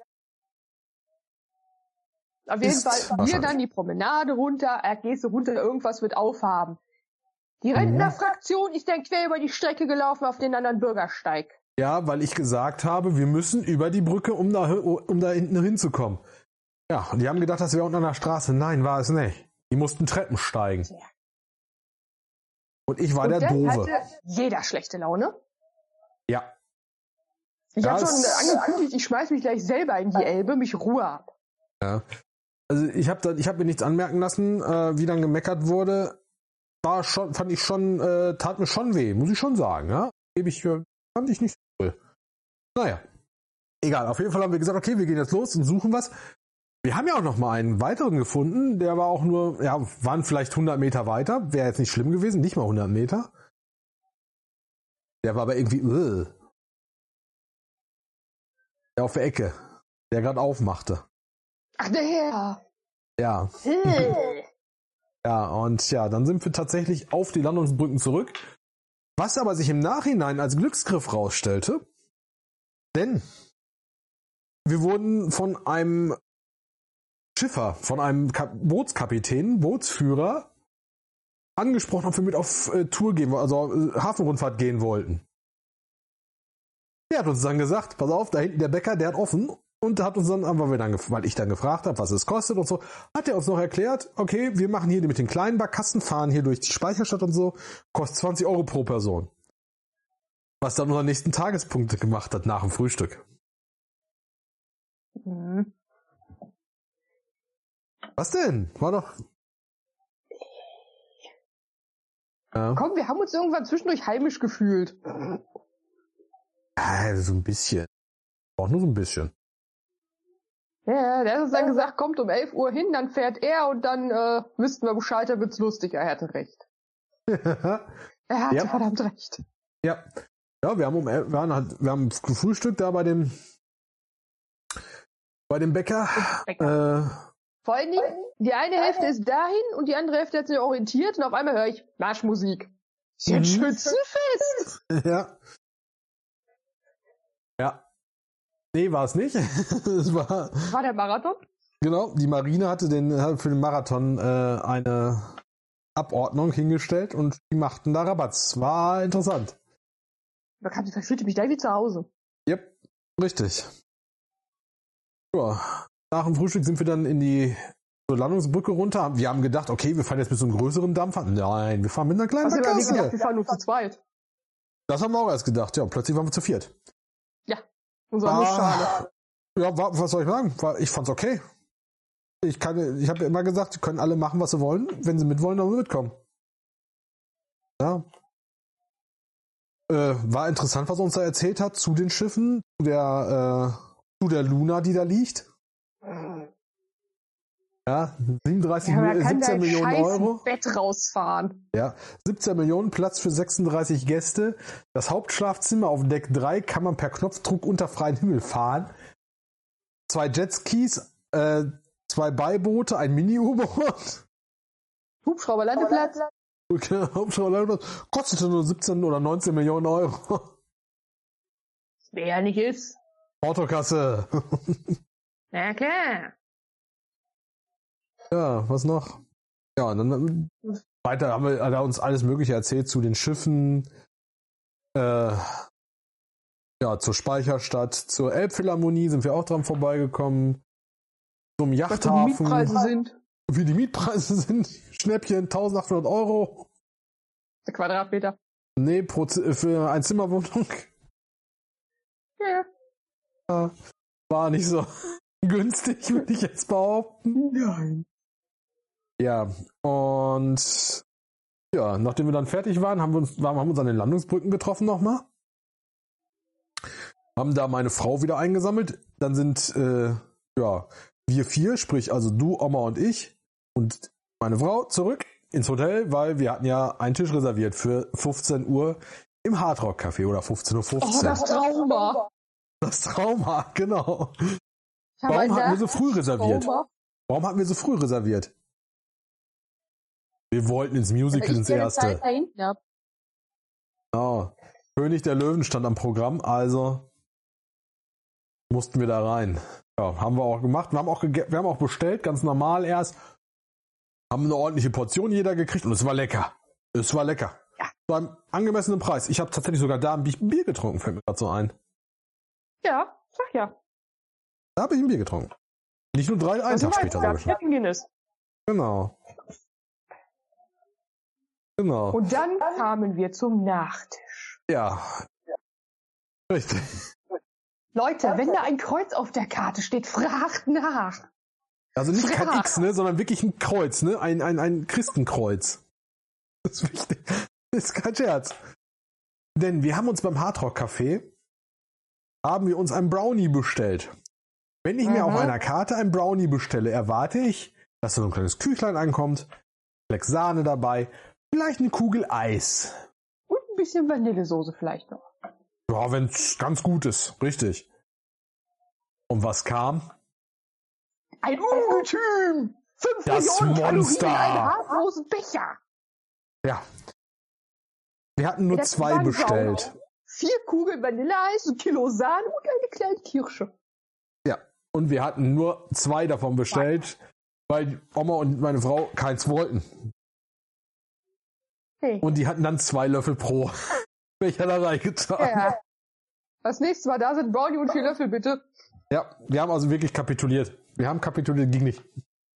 Auf jeden Ist Fall, wir wahrscheinlich. dann die Promenade runter, äh, gehst du runter, irgendwas wird aufhaben. Die Rentnerfraktion ist dann quer über die Strecke gelaufen auf den anderen Bürgersteig. Ja, weil ich gesagt habe, wir müssen über die Brücke, um da, um da hinten hinzukommen. Ja, und die haben gedacht, das wäre unten an der Straße. Nein, war es nicht. Die mussten Treppen steigen. Ja. Und ich war Und der dann Doofe. hatte jeder schlechte Laune. Ja. Ich habe Das- schon angekündigt, ich schmeiß mich gleich selber in die Elbe, mich Ruhe ab. Ja. Also ich habe ich hab mir nichts anmerken lassen, äh, wie dann gemeckert wurde. War schon, fand ich schon, äh, tat mir schon weh, muss ich schon sagen. Ja? Gebe ich, äh, fand ich nicht so cool. Naja. Egal, auf jeden Fall haben wir gesagt, okay, wir gehen jetzt los und suchen was. Wir haben ja auch noch mal einen weiteren gefunden, der war auch nur, ja, waren vielleicht hundert Meter weiter, wäre jetzt nicht schlimm gewesen, nicht mal hundert Meter. Der war aber irgendwie, uh, der auf der Ecke, der gerade aufmachte. Ach, der Herr. Ja. Äh. Ja, und ja, dann sind wir tatsächlich auf die Landungsbrücken zurück. Was aber sich im Nachhinein als Glücksgriff rausstellte, denn wir wurden von einem Schiffer von einem Ka- Bootskapitän, Bootsführer, angesprochen, ob wir mit auf äh, Tour gehen, also äh, Hafenrundfahrt gehen wollten. Der hat uns dann gesagt, pass auf, da hinten der Bäcker, der hat offen und hat uns dann, weil, wir dann, weil ich dann gefragt habe, was es kostet und so, hat er uns noch erklärt, okay, wir machen hier mit den kleinen Barkassen, fahren hier durch die Speicherstadt und so, kostet zwanzig Euro pro Person. Was dann unseren nächsten Tagespunkte gemacht hat nach dem Frühstück. Mhm. Was denn? War doch... Ja. Komm, wir haben uns irgendwann zwischendurch heimisch gefühlt. Ah, so ein bisschen. Auch nur so ein bisschen. Ja, der hat uns dann gesagt, kommt um elf Uhr hin, dann fährt er und dann äh, wüssten wir Bescheid, dann wird's lustig. Er hatte recht. Er hatte Ja. verdammt recht. Ja. Ja, wir haben um elf, wir waren halt, wir haben gefrühstückt da bei dem bei dem Bäcker. Bäcker. Äh, Vor allen Dingen, die eine Hälfte ist dahin und die andere Hälfte hat sich orientiert und auf einmal höre ich Marschmusik. Ist ja ein Mhm. Schützenfest. ja. Ja. Nee, war es nicht. Es war War der Marathon? genau, die Marine hatte den hat für den Marathon äh, eine Abordnung hingestellt und die machten da Rabatz. War interessant. Da kam, ich fühlte mich da wie zu Hause. Yep, richtig. Ja, nach dem Frühstück sind wir dann in die zur Landungsbrücke runter. Wir haben gedacht, okay, wir fahren jetzt mit so einem größeren Dampfer. Nein, wir fahren mit einer kleinen Also, wir haben gedacht, Barkasse. wir fahren nur zu zweit. Das haben wir auch erst gedacht. Ja, plötzlich waren wir zu viert. Unsere Ah, Nussschale. ja, wa- was soll ich sagen? War- Ich fand's okay. Ich kann, ich habe ja immer gesagt, sie können alle machen, was sie wollen. Wenn sie mitwollen, dann sollen sie mitkommen. Ja. Äh, war interessant, was er uns da erzählt hat zu den Schiffen, zu der, äh, zu der Luna, die da liegt. Ja, siebenunddreißig, Ja, man Mil- kann siebzehn dein Millionen scheiß Euro. Bett rausfahren. Ja, siebzehn Millionen, Platz für sechsunddreißig Gäste. Das Hauptschlafzimmer auf Deck drei kann man per Knopfdruck unter freiem Himmel fahren. Zwei Jetskis, äh, zwei Beiboote, ein Mini-U-Boot. Hubschrauberlandeplatz. Okay, Hauptschlafzimmer kostete nur siebzehn oder neunzehn Millionen Euro. Wer ja nicht ist. Portokasse. Na klar. Ja, was noch? Ja, und dann weiter haben wir, hat er uns alles Mögliche erzählt zu den Schiffen, äh, ja, zur Speicherstadt, zur Elbphilharmonie sind wir auch dran vorbeigekommen, zum Was die Yachthafen, Mietpreise sind. wie die Mietpreise sind, Schnäppchen, eintausendachthundert Euro, Der Quadratmeter. nee, pro, Z- für eine Zimmerwohnung, Ja. ja, war nicht so günstig, würde ich jetzt behaupten. Nein. Ja, und ja, nachdem wir dann fertig waren, haben wir uns, haben wir uns an den Landungsbrücken getroffen nochmal. Haben da meine Frau wieder eingesammelt. Dann sind äh, ja wir vier, sprich also du, Oma und ich und meine Frau zurück ins Hotel, weil wir hatten ja einen Tisch reserviert für fünfzehn Uhr im Hardrock Café oder fünfzehn Uhr Oh, fünfzehn. das Trauma. Das Trauma, genau. Ich habe Warum ein hatten wir so früh reserviert? Trauma. Warum hatten wir so früh reserviert? Wir wollten ins Musical ins erste. Zeit da hinten hab. Genau. König der Löwen stand am Programm, also mussten wir da rein. Ja, haben wir auch gemacht. Wir haben auch, gege- wir haben auch bestellt, ganz normal erst. Haben eine ordentliche Portion jeder gekriegt und es war lecker. Es war lecker. Ja. Zu einem angemessenen Preis. Ich habe tatsächlich sogar da ein Bi- Bier getrunken, fällt mir gerade so ein. Ja, sag ja. Da habe ich ein Bier getrunken. Nicht nur drei, einen Also Tag später sogar schon. Captain Guinness. Genau. Genau. Und dann kamen wir zum Nachtisch. Ja. Richtig. Leute, wenn da ein Kreuz auf der Karte steht, fragt nach. Also nicht kein Frag. X, ne, sondern wirklich ein Kreuz, ne? Ein, ein, ein Christenkreuz. Das ist wichtig. Das ist kein Scherz. Denn wir haben uns beim Hardrock Café haben wir uns ein Brownie bestellt. Wenn ich mir Mhm. auf einer Karte ein Brownie bestelle, erwarte ich, dass da so ein kleines Küchlein ankommt, Fleck Sahne dabei, vielleicht eine Kugel Eis. Und ein bisschen Vanillesoße vielleicht noch. Ja, wenn's ganz gut ist, richtig. Und was kam? Ein Ungetüm! Fünf Das Millionen Kalorien Monster. in einem harmlosen Becher. Ja. Wir hatten nur Das zwei war bestellt. sauer. Vier Kugeln Vanilleeis, ein Kilo Sahne und eine kleine Kirsche. Ja. Und wir hatten nur zwei davon bestellt, weil Oma und meine Frau keins wollten. Hey. Und die hatten dann zwei Löffel pro Becher da reingetan. Ja. Das nächste Mal da sind Brownie und vier Löffel, bitte. Ja, wir haben also wirklich kapituliert. Wir haben kapituliert, ging nicht.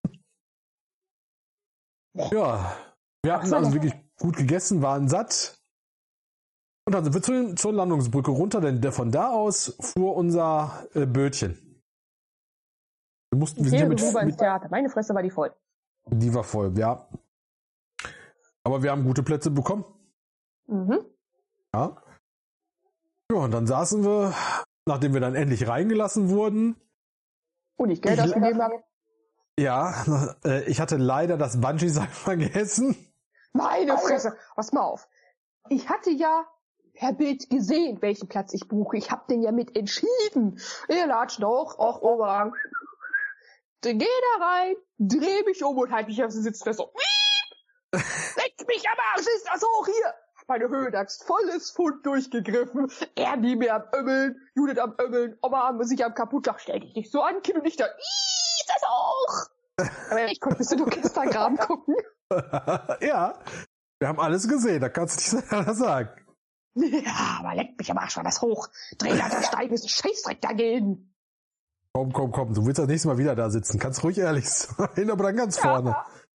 Ja, wir hatten also wirklich gut gegessen, waren satt. Und dann sind wir zu, zur Landungsbrücke runter, denn der, von da aus fuhr unser äh, Bötchen. Wir mussten, wir sind ja mit, rüber ins mit, Theater. Meine Fresse war die voll. Die war voll, ja. Aber wir haben gute Plätze bekommen. Mhm. Ja. Ja, und dann saßen wir, nachdem wir dann endlich reingelassen wurden. Und ich Geld Ich- ausgegeben habe. Ja, äh, ich hatte leider das Bungee-Seil vergessen. Meine Fresse. Pass mal auf. Ich hatte ja per Bild gesehen, welchen Platz ich buche. Ich habe den ja mit entschieden. Ihr latscht auch, auch Oberrang. Dann geh da rein, dreh mich um und halt mich auf den Sitz fest. So. Leck mich am Arsch, ist das hoch hier. Meine Höhenangst, volles Pfund durchgegriffen. Er nie mehr am Ömmeln, Judith am Ömmeln, Oma am sich am Kaputtschlag. Stell dich nicht so an, Kind, und nicht da. Ist das hoch. Aber ich konnte bis du durch Instagram gucken. Ja, wir haben alles gesehen, da kannst du nicht anders sagen. Ja, aber leck mich am Arsch, war das hoch. Drehleiter steigen ist ein Scheißdreck dagegen. Komm, komm, komm, du willst das nächste Mal wieder da sitzen. Kannst ruhig ehrlich sein, aber dann ganz vorne.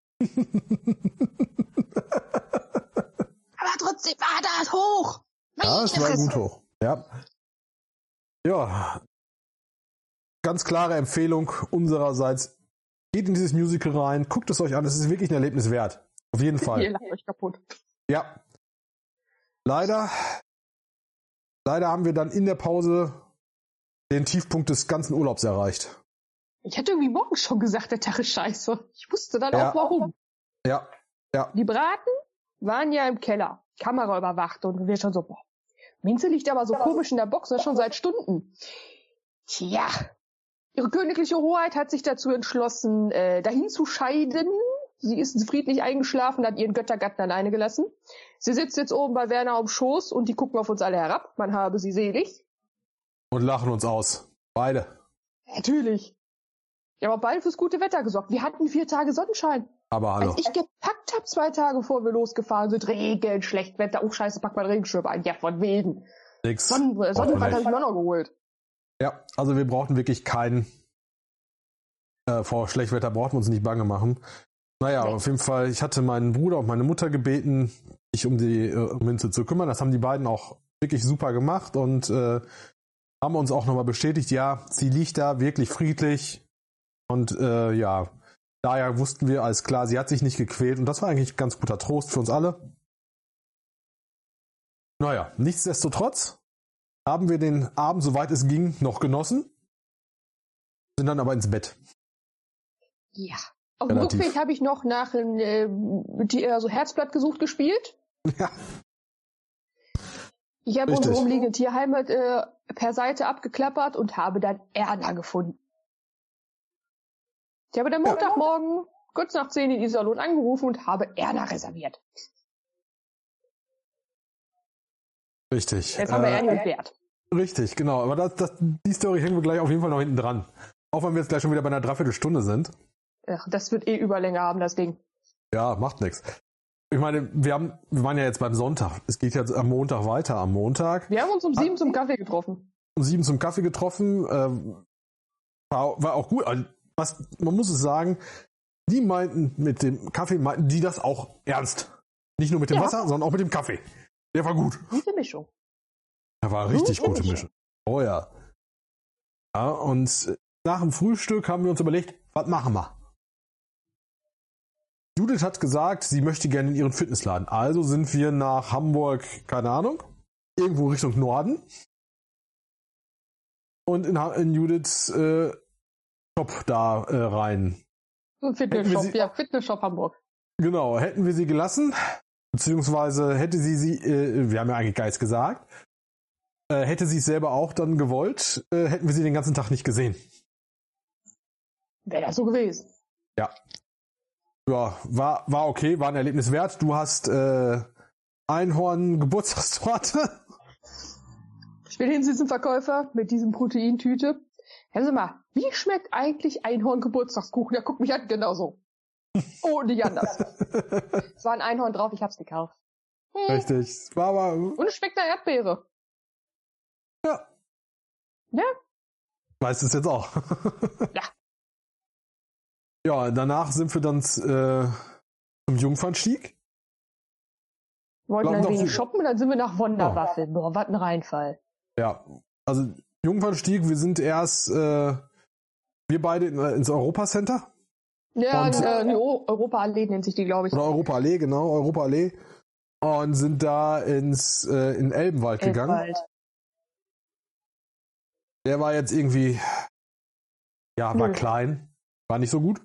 Aber trotzdem war das hoch. Ja, es war gut hoch. Ja. Ja. Ganz klare Empfehlung unsererseits. Geht in dieses Musical rein, guckt es euch an, es ist wirklich ein Erlebnis wert. Auf jeden Ihr Fall. lacht euch kaputt. Ja. Leider, leider haben wir dann in der Pause den Tiefpunkt des ganzen Urlaubs erreicht. Ich hatte irgendwie morgens schon gesagt, der Tag ist scheiße. Ich wusste dann Ja. auch warum. Ja, ja. Die Braten waren ja im Keller, Kamera überwacht und wir schon so, boah, Minze liegt aber so komisch in der Box, das schon seit Stunden. Tja, ihre königliche Hoheit hat sich dazu entschlossen, äh, dahin zu scheiden. Sie ist friedlich eingeschlafen, hat ihren Göttergatten alleine gelassen. Sie sitzt jetzt oben bei Werner am Schoß und die gucken auf uns alle herab. Man habe sie selig. Und lachen uns aus. Beide. Natürlich. Wir haben auch beide fürs gute Wetter gesorgt. Wir hatten vier Tage Sonnenschein. Aber hallo. Als ich gepackt habe, zwei Tage bevor wir losgefahren sind, Regen, schlecht Wetter, oh scheiße, pack mal Regenschirm ein. Ja, von wegen. Nix. Sonnen Braucht man Sonnenbrand habe nicht. ich mir auch noch geholt. Ja, also wir brauchten wirklich keinen, äh, vor Schlechtwetter brauchten wir uns nicht bange machen. Naja, Nee. auf jeden Fall, ich hatte meinen Bruder und meine Mutter gebeten, sich um die äh, Münze zu kümmern. Das haben die beiden auch wirklich super gemacht und äh, haben uns auch nochmal bestätigt, ja, sie liegt da wirklich friedlich und äh, ja, daher wussten wir, alles klar, sie hat sich nicht gequält und das war eigentlich ein ganz guter Trost für uns alle. Naja, nichtsdestotrotz haben wir den Abend, soweit es ging, noch genossen, sind dann aber ins Bett. Ja. Auf dem Relativ. Rückweg habe ich noch nach einem äh, die, äh, so Herzblatt gesucht gespielt. Ja, Ich habe Richtig. unsere umliegende Tierheimat äh, per Seite abgeklappert und habe dann Erna gefunden. Ich habe dann Montagmorgen kurz nach zehn in Iserlohn angerufen und habe Erna reserviert. richtig. Jetzt haben wir Äh, Erna entbehrt. Richtig, genau. Aber das, das, die Story hängen wir gleich auf jeden Fall noch hinten dran. Auch wenn wir jetzt gleich schon wieder bei einer Dreiviertelstunde sind. Ach, das wird eh Überlänge haben, das Ding. Ja, macht nichts. Ich meine, wir haben, wir waren ja jetzt beim Sonntag. Es geht jetzt am Montag weiter. Am Montag Wir haben uns um sieben zum Kaffee getroffen. um sieben zum Kaffee getroffen. Ähm, war, war auch gut. Also, was, man muss es sagen, die meinten mit dem Kaffee, meinten die das auch ernst. Nicht nur mit dem Ja. Wasser, sondern auch mit dem Kaffee. Der war gut. Gute Mischung. Der war richtig Gute gute Mischung. Mischung. Oh ja. Ja, und nach dem Frühstück haben wir uns überlegt, was machen wir? Judith hat gesagt, sie möchte gerne in ihren Fitnessladen. Also sind wir nach Hamburg, keine Ahnung, irgendwo Richtung Norden. Und in, Ha- in Judiths äh, Shop da äh, rein. So ein Hätten wir Fitnessshop, sie- ja, Fitnessshop Hamburg. Genau, hätten wir sie gelassen, beziehungsweise hätte sie sie, äh, wir haben ja eigentlich Geist gesagt, äh, hätte sie es selber auch dann gewollt, äh, hätten wir sie den ganzen Tag nicht gesehen. Wäre das so gewesen. Ja. Ja, war, war okay, war ein Erlebnis wert. Du hast äh, Einhorn-Geburtstagstorte. Ich bin Hinsitzen Verkäufer mit diesem Proteintüte. Hören Sie mal, wie schmeckt eigentlich Einhorn-Geburtstagskuchen? Der guckt mich an, genauso. Oh, nicht anders. Es war ein Einhorn drauf, ich hab's gekauft. Hm. Richtig. Es war aber... Und es schmeckt nach Erdbeere. Ja. Ja? Weißt du es jetzt auch. Ja. Ja, danach sind wir dann äh, zum Jungfernstieg. Wollten Glauben ein doch wenig viele. shoppen und dann sind wir nach Wonderwaffel. Boah, was ein Reinfall. Ja, also Jungfernstieg, wir sind erst, äh, wir beide in, ins Europa-Center. Ja, Und- äh, die O- Europa-Allee nennt sich die, glaube ich. Oder Europa-Allee, genau, Europa-Allee. Und sind da ins äh, in Elbenwald gegangen. Elbwald. Der war jetzt irgendwie, ja, war Nö. klein, war nicht so gut.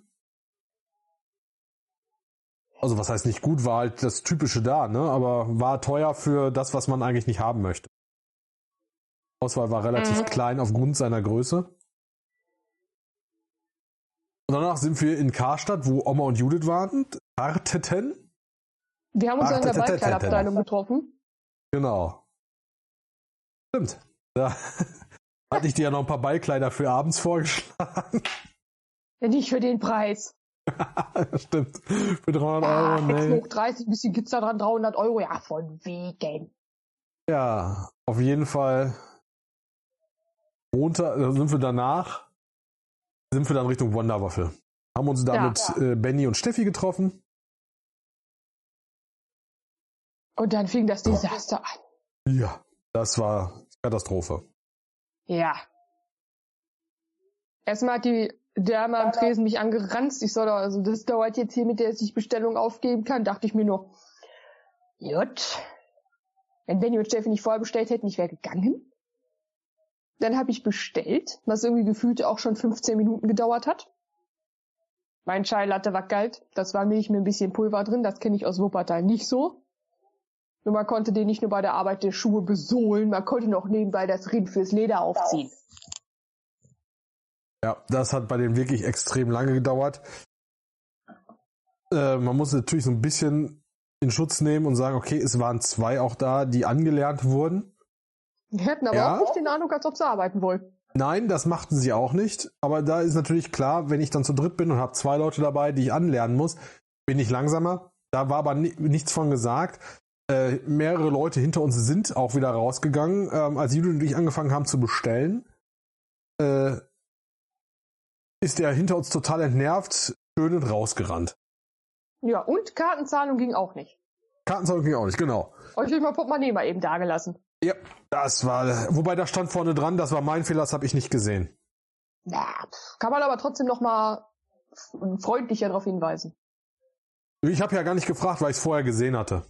Also was heißt nicht gut, war halt das Typische da, ne? Aber war teuer für das, was man eigentlich nicht haben möchte. Die Auswahl war relativ Mhm. klein aufgrund seiner Größe. Und danach sind wir in Karstadt, wo Oma und Judith waren, warteten. Wir haben uns Ach, in der da, da, da, da, da. Ballkleidabteilung getroffen. Genau. Stimmt. Da hatte ich dir ja noch ein paar Ballkleider für abends vorgeschlagen. Ja, nicht für den Preis. Stimmt. Für dreihundert Ah, Euro, Hexen nee. hoch dreißig, bisschen gibt's da dran, dreihundert Euro. Ja, von wegen. Ja, auf jeden Fall. Montag, da sind wir danach, sind wir dann Richtung Wonderwaffel. Haben uns da Ja. mit äh, Benny und Steffi getroffen. Und dann fing das Desaster an. Ja, das war Katastrophe. Ja. Erstmal hat die Dame am Tresen mich angeranzt. Ich soll doch, also das dauert jetzt hier, mit der ich Bestellung aufgeben kann. Dachte ich mir nur, gut. Wenn Benny und Steffi nicht vorher bestellt hätten, ich wäre gegangen. Dann habe ich bestellt, was irgendwie gefühlt auch schon fünfzehn Minuten gedauert hat. Mein Chai Latte war kalt. Das war Milch mit ein bisschen Pulver drin. Das kenne ich aus Wuppertal nicht so. Und man konnte den nicht nur bei der Arbeit der Schuhe besohlen, man konnte noch nebenbei das Rind fürs Leder aufziehen. Ja, das hat bei denen wirklich extrem lange gedauert. Äh, man muss natürlich so ein bisschen in Schutz nehmen und sagen, okay, es waren zwei auch da, die angelernt wurden. Die hätten aber Ja. auch nicht den Eindruck, als ob sie arbeiten wollen. Nein, das machten sie auch nicht. Aber da ist natürlich klar, wenn ich dann zu dritt bin und habe zwei Leute dabei, die ich anlernen muss, bin ich langsamer. Da war aber ni- nichts von gesagt. Äh, mehrere Leute hinter uns sind auch wieder rausgegangen, ähm, als Judith und ich angefangen haben zu bestellen. Äh, ist der hinter uns total entnervt, schönend rausgerannt. Ja, und Kartenzahlung ging auch nicht. Kartenzahlung ging auch nicht, genau. Euch ich mal Portemonnaie mal eben dagelassen. Ja, das war, wobei da stand vorne dran, das war mein Fehler, das habe ich nicht gesehen. Ja, pff, kann man aber trotzdem noch mal f- freundlicher darauf hinweisen. Ich habe ja gar nicht gefragt, weil ich es vorher gesehen hatte.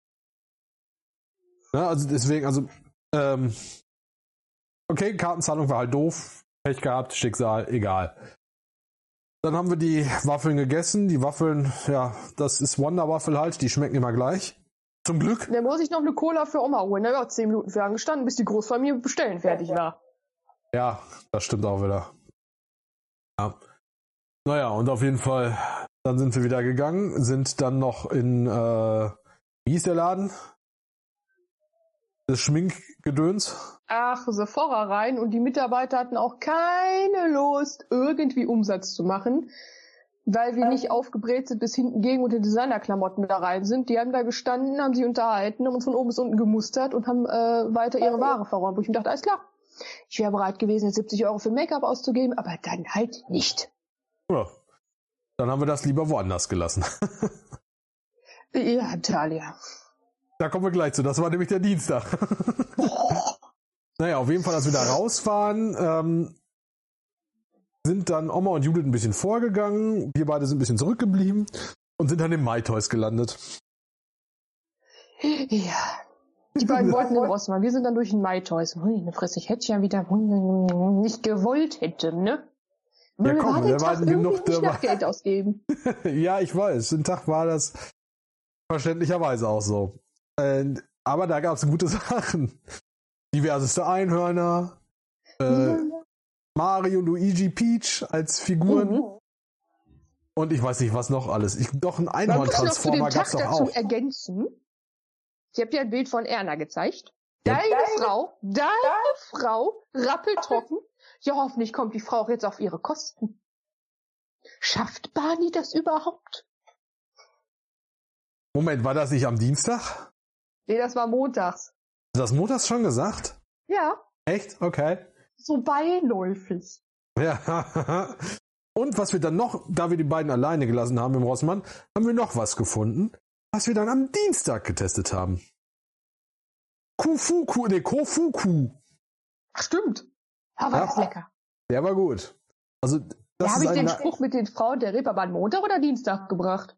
Ja, also deswegen, also, ähm, okay, Kartenzahlung war halt doof, Pech gehabt, Schicksal, egal. Dann haben wir die Waffeln gegessen. Die Waffeln, ja, das ist Wonderwaffel halt, die schmecken immer gleich. Zum Glück. Dann muss ich noch eine Cola für Oma holen. Da war zehn Minuten für angestanden, bis die Großfamilie bestellen fertig war. Ja, das stimmt auch wieder. Ja. Naja, und auf jeden Fall, dann sind wir wieder gegangen, sind dann noch in, äh, wie hieß der Laden? Das Schminkgedöns. Ach, Sephora rein und die Mitarbeiter hatten auch keine Lust, irgendwie Umsatz zu machen, weil wir nicht aufgebräht sind bis hinten gegen und in Designerklamotten da rein sind. Die haben da gestanden, haben sich unterhalten, haben uns von oben bis unten gemustert und haben äh, weiter ihre Ware verräumt. Wo ich mir dachte, alles klar, ich wäre bereit gewesen, jetzt siebzig Euro für Make-up auszugeben, aber dann halt nicht. Ja. Dann haben wir das lieber woanders gelassen. Ja, Talia. Da kommen wir gleich zu. Das war nämlich der Dienstag. Naja, auf jeden Fall, als wir da raus waren, ähm, sind dann Oma und Judith ein bisschen vorgegangen. Wir beide sind ein bisschen zurückgeblieben und sind dann im MyToys gelandet. Ja. Die beiden wollten in Rossmann. Wir sind dann durch den MyToys. Hui, eine Fresse, ich hätte ja wieder nicht gewollt hätte, ne? Ja, komm, war wir den Tag waren genug irgendwie nicht dabei. nach Geld ausgeben. Ja, ich weiß. Den Tag war das verständlicherweise auch so. Äh, aber da gab es gute Sachen. Diverseste Einhörner, äh, Mario, Luigi, Peach als Figuren Mhm. und ich weiß nicht, was noch alles. Ich, doch ein Man muss noch zu dem Einhorn-Transformer Tag gab's doch dazu auch. ergänzen. Ich habe dir ein Bild von Erna gezeigt. Deine Frau, deine Frau, rappeltrocken. Ja, hoffentlich kommt die Frau auch jetzt auf ihre Kosten. Schafft Barney das überhaupt? Moment, war das nicht am Dienstag? Nee, das war montags. Hast du das montags schon gesagt? Ja, Echt? Okay. so beiläufig. Ja. Und was wir dann noch, da wir die beiden alleine gelassen haben im Rossmann, haben wir noch was gefunden, was wir dann am Dienstag getestet haben. Kufuku, ne, Kofuku. Ach, stimmt. Aber Ja. das ist lecker. Der war gut. Also, Ja, das habe ist ich den ein, Spruch mit den Frauen der Reeperbahn Montag oder Dienstag gebracht?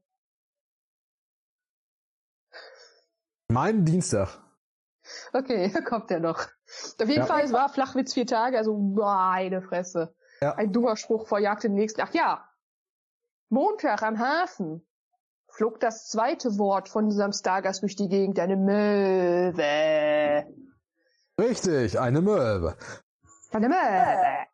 mein Dienstag. Okay, kommt der noch. Auf jeden Ja. Fall, es war Flachwitz vier Tage, also meine Fresse. Ja. Ein dummer Spruch verjagt den nächsten. Ach ja, Montag am Hafen flog das zweite Wort von unserem Stargast durch die Gegend, eine Möwe. Richtig, eine Möwe. Eine Möwe.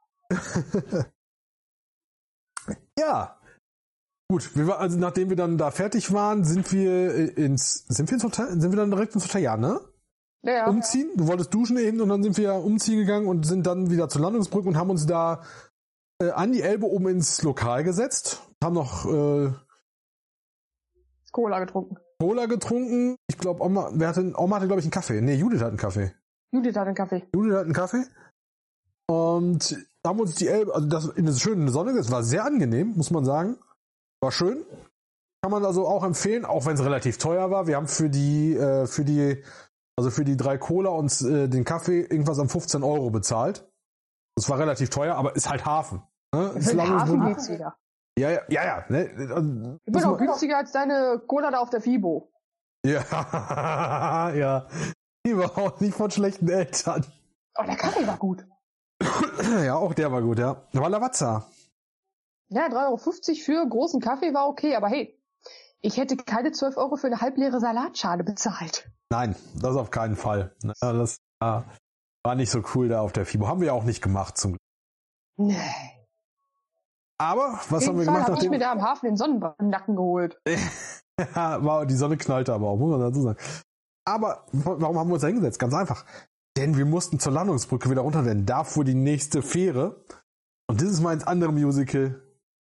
Ja. Gut, wir war, also nachdem wir dann da fertig waren, sind wir ins, sind wir ins Hotel, sind wir dann direkt ins Hotel, ja, ne? Ja, ja. Umziehen. Du wolltest duschen eben und dann sind wir umziehen gegangen und sind dann wieder zur Landungsbrücke und haben uns da äh, an die Elbe oben ins Lokal gesetzt. Haben noch äh, Cola getrunken. Cola getrunken. Ich glaube, Oma, wer hatte, Oma hatte, glaube ich, einen Kaffee. Nee, Judith hat einen Kaffee. Judith hat einen Kaffee. Judith hat einen Kaffee. Und haben uns die Elbe, also das in der schönen Sonne, es war sehr angenehm, muss man sagen. War schön. Kann man also auch empfehlen, auch wenn es relativ teuer war. Wir haben für die, äh, für die, also für die drei Cola und äh, den Kaffee irgendwas am fünfzehn Euro bezahlt. Das war relativ teuer, aber ist halt Hafen. Ne? Ist Für den Landungsbrücke- Hafen geht's wieder. Ja, ja, ja, ja. Ne? Also, Ich muss bin auch man- günstiger als deine Cola da auf der FIBO. Ja, ja. Die war auch nicht von schlechten Eltern. Oh, der Kaffee war gut. Ja, auch der war gut, ja. Da war Lavazza. Ja, drei Euro fünfzig für großen Kaffee war okay, aber hey, ich hätte keine zwölf Euro für eine halbleere Salatschale bezahlt. Nein, das auf keinen Fall. Ja, das war, war nicht so cool da auf der FIBO. Haben wir auch nicht gemacht zum Glück. Nee. Aber was Auf haben wir jeden Fall gemacht, habe ich mir nachdem da am Hafen den Sonnenbrand im Nacken geholt. war, die Sonne knallte aber auch, muss man dazu sagen. Aber warum haben wir uns da hingesetzt? Ganz einfach. Denn wir mussten zur Landungsbrücke wieder runter, denn da fuhr die nächste Fähre. Und dieses Mal ins andere Musical.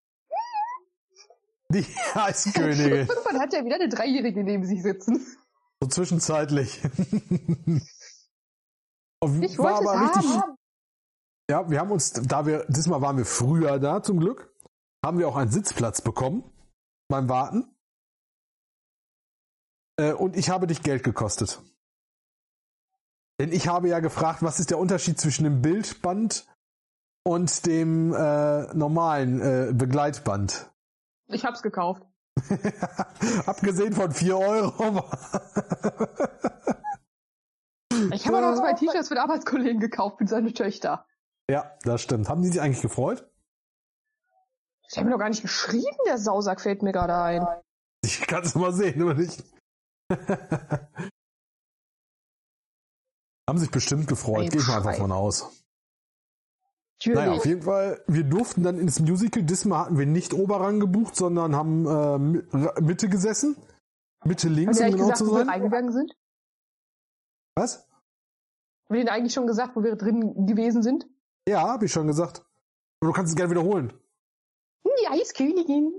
Die Eiskönigin. Irgendwann hat er wieder eine Dreijährige neben sich sitzen. So zwischenzeitlich. Und Ich war wollte es aber richtig. haben. Ja, wir haben uns, da wir, diesmal waren wir früher da, zum Glück, haben wir auch einen Sitzplatz bekommen beim Warten. Äh, und ich habe dich Geld gekostet. Denn ich habe ja gefragt, was ist der Unterschied zwischen dem Bildband und dem äh, normalen äh, Begleitband? Ich hab's gekauft. Abgesehen von vier Euro. Ich habe auch noch zwei T-Shirts für den Arbeitskollegen gekauft für seine Töchter. Ja, das stimmt. Haben die sich eigentlich gefreut? Ich habe mir noch gar nicht geschrieben, der Sausack fällt mir gerade ein. Ich kann es mal sehen, oder nicht? Haben sich bestimmt gefreut. Ein Gehe ich mal einfach Schwein. von aus. Natürlich. Naja, auf jeden Fall, wir durften dann ins Musical. Diesmal hatten wir nicht Oberrang gebucht, sondern haben äh, Mi- Mitte gesessen. Mitte Haben links, die um eigentlich genau gesagt, zu wo wir sein. reingegangen sind? Was? Haben die denen eigentlich schon gesagt, wo wir drin gewesen sind? Ja, habe ich schon gesagt. Aber du kannst es gerne wiederholen. Die Eiskönigin.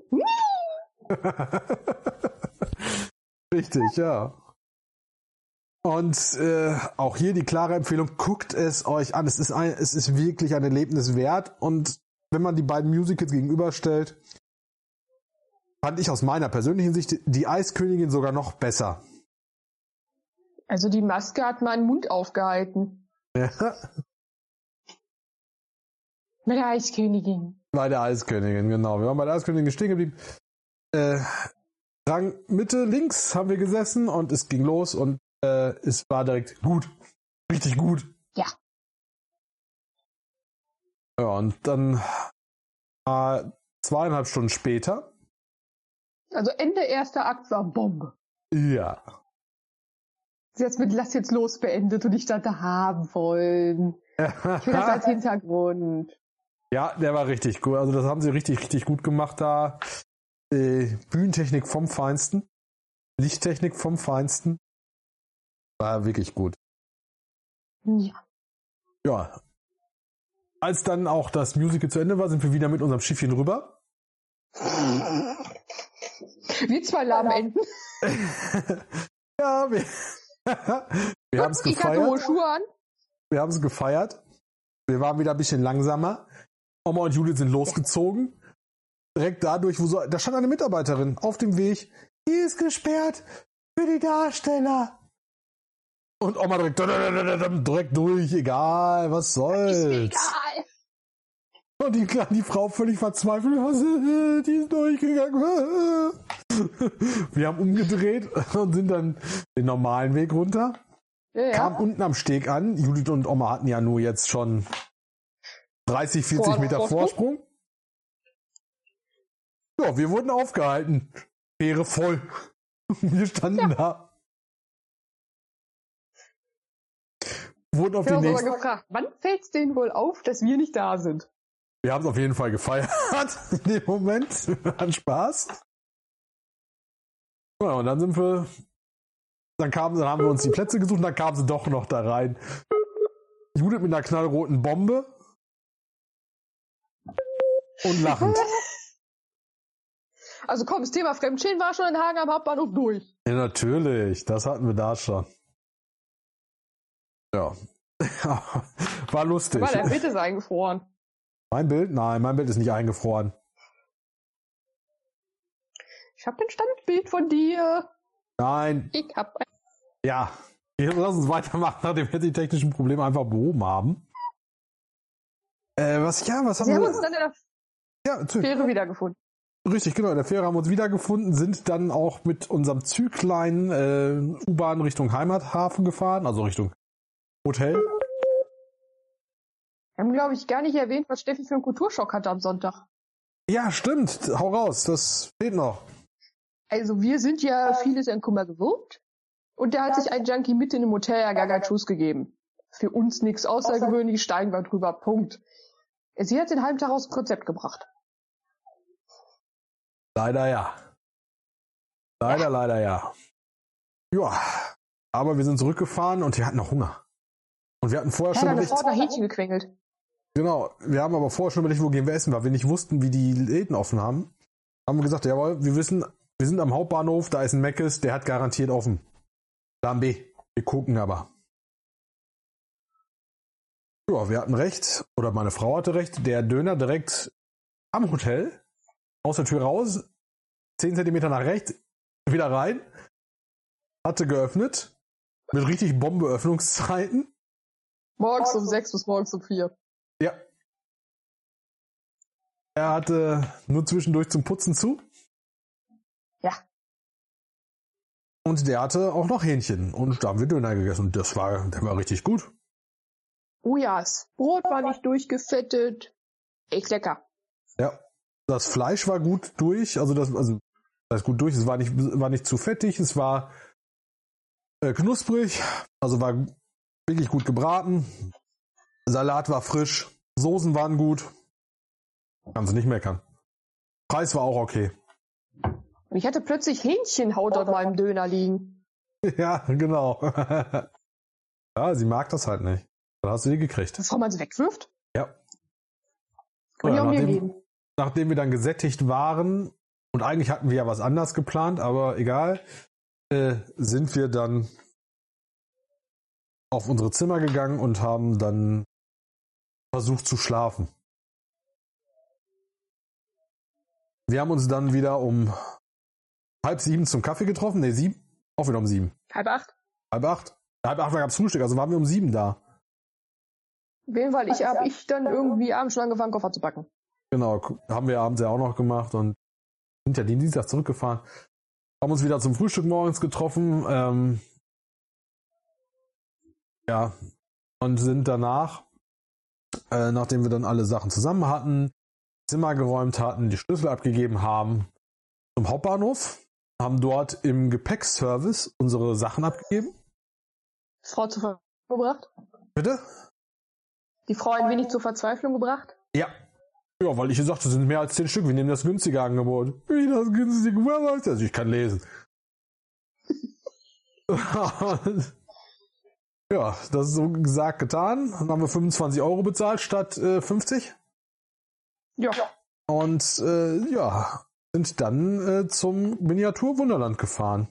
Richtig, ja. Und äh, auch hier die klare Empfehlung, guckt es euch an. Es ist, ein, es ist wirklich ein Erlebnis wert. Und wenn man die beiden Musicals gegenüberstellt, fand ich aus meiner persönlichen Sicht die Eiskönigin sogar noch besser. Also die Maske hat meinen Mund aufgehalten. Ja, Mit der Eiskönigin. bei der Eiskönigin, genau. Wir waren bei der Eiskönigin stehen geblieben. Äh, Rang Mitte links haben wir gesessen und es ging los und äh, es war direkt gut. Richtig gut. Ja. Ja, und dann äh, zweieinhalb Stunden später. Also Ende erster Akt war Bombe. Ja. Jetzt mit Lass jetzt los beendet und ich dachte, haben wollen. Ich will das als Hintergrund. Ja, der war richtig gut. Also das haben sie richtig, richtig gut gemacht da. Äh, Bühnentechnik vom Feinsten. Lichttechnik vom Feinsten. War wirklich gut. Ja. Ja. Als dann auch das Musical zu Ende war, sind wir wieder mit unserem Schiffchen rüber. Wir zwei lahmen Enten. Ja, wir, wir haben es Ich hatte hohe gefeiert. Schuhe an. Wir haben es gefeiert. Wir waren wieder ein bisschen langsamer. Oma und Judith sind losgezogen. Direkt dadurch, wo so, da stand eine Mitarbeiterin auf dem Weg. Hier ist gesperrt für die Darsteller. Und Oma direkt, direkt durch, egal, was soll's. Ist mir egal. Und die, die Frau völlig verzweifelt, was, die ist durchgegangen. Wir haben umgedreht und sind dann den normalen Weg runter. Ja, ja. Kam unten am Steg an. Judith und Oma hatten ja nur jetzt schon dreißig, vierzig Vor- Meter Vorsprung? Vorsprung. Ja, wir wurden aufgehalten. Fähre voll. Wir standen Ja. da. Wurden auf Ich die habe uns nächste. aber gefragt, wann fällt es denen wohl auf, dass wir nicht da sind? Wir haben es auf jeden Fall gefeiert in dem Moment. Hat Spaß. Ja, und dann sind wir, dann kamen, dann haben wir uns die Plätze gesucht und dann kamen sie doch noch da rein. Judith mit einer knallroten Bombe und lachend. Also komm, das Thema Fremdschäden war schon in Hagen am Hauptbahnhof durch. Ja, natürlich. Das hatten wir da schon. Ja. War lustig. Aber der Bild ist eingefroren. Mein Bild? Nein, mein Bild ist nicht eingefroren. Ich habe ein Standbild von dir. Nein. Ich hab ein... Ja. Jetzt lass uns weitermachen, nachdem wir die technischen Probleme einfach behoben haben. Äh, was, ja, was haben Sie wir? haben uns dann in der ja, natürlich. Fähre wiedergefunden. Richtig, genau. In der Fähre haben wir uns wiedergefunden, sind dann auch mit unserem Züglein äh, U-Bahn Richtung Heimathafen gefahren, also Richtung Hotel. Wir haben, glaube ich, gar nicht erwähnt, was Steffi für einen Kulturschock hatte am Sonntag. Ja, stimmt. Hau raus, das fehlt noch. Also wir sind ja vieles in Kummer gewohnt. Und da hat sich ein Junkie mitten im Hotel ja gar keinen Schuss gegeben. Für uns nichts Außergewöhnliches, steigen wir drüber, Punkt. Sie hat den halben Tag aus dem Konzept gebracht. Leider ja. Leider, leider ja. Ja, aber wir sind zurückgefahren und wir hatten noch Hunger. Und wir hatten vorher Ja, schon deine überlegt, Frau hat nach Hähnchen gequengelt. genau, wir haben aber vorher schon überlegt, wo gehen wir essen, weil wir nicht wussten, wie die Läden offen haben. Haben wir gesagt, jawohl, wir wissen, wir sind am Hauptbahnhof, da ist ein Meckes, der hat garantiert offen. Plan B. Wir gucken aber. Ja, wir hatten recht, oder meine Frau hatte recht, der Döner direkt am Hotel, aus der Tür raus, zehn Zentimeter nach rechts, wieder rein, hatte geöffnet, mit richtig Bombeöffnungszeiten. Morgens um sechs bis morgens um vier. Ja. Er hatte nur zwischendurch zum Putzen zu. Ja. Und der hatte auch noch Hähnchen. Und da haben wir Döner gegessen. Und das war, der war richtig gut. Oh ja, das Brot war nicht durchgefettet. Echt lecker. Ja. Das Fleisch war gut durch. Also das, also, das ist gut durch. Es war nicht, war nicht zu fettig. Es war äh, knusprig. Also war wirklich gut gebraten. Salat war frisch. Soßen waren gut. Kannst du nicht meckern. Preis war auch okay. Und ich hatte plötzlich Hähnchenhaut auf meinem Döner liegen. Ja, genau. Ja, sie mag das halt nicht. Dann hast du die gekriegt. Bevor man sie wegwirft? Ja. Kann Ja, ich auch mir nachdem, geben. nachdem wir dann gesättigt waren, und eigentlich hatten wir ja was anderes geplant, aber egal, äh, sind wir dann auf unsere Zimmer gegangen und haben dann versucht zu schlafen. Wir haben uns dann wieder um halb sieben zum Kaffee getroffen. Ne, sieben? Auch wieder um sieben. Halb acht? Halb acht? Halb acht gab es Frühstück, also waren wir um sieben da. Auf jeden Fall, ich habe ich dann irgendwie abends schon angefangen, Koffer zu packen. Genau, haben wir abends ja auch noch gemacht und sind ja den Dienstag zurückgefahren. Haben uns wieder zum Frühstück morgens getroffen. Ähm, ja, und sind danach, äh, nachdem wir dann alle Sachen zusammen hatten, Zimmer geräumt hatten, die Schlüssel abgegeben haben, zum Hauptbahnhof, haben dort im Gepäckservice unsere Sachen abgegeben. Frau zur Verzweiflung gebracht? Bitte? Die Frau ein wenig zur Verzweiflung gebracht? Ja. Ja, weil ich gesagt habe, es sind mehr als zehn Stück, wir nehmen das günstige Angebot. Wie das günstige? Also ich kann lesen. Ja, das ist so gesagt getan. Dann haben wir fünfundzwanzig Euro bezahlt statt äh, fünfzig. Ja. Und äh, ja, sind dann äh, zum Miniatur-Wunderland gefahren.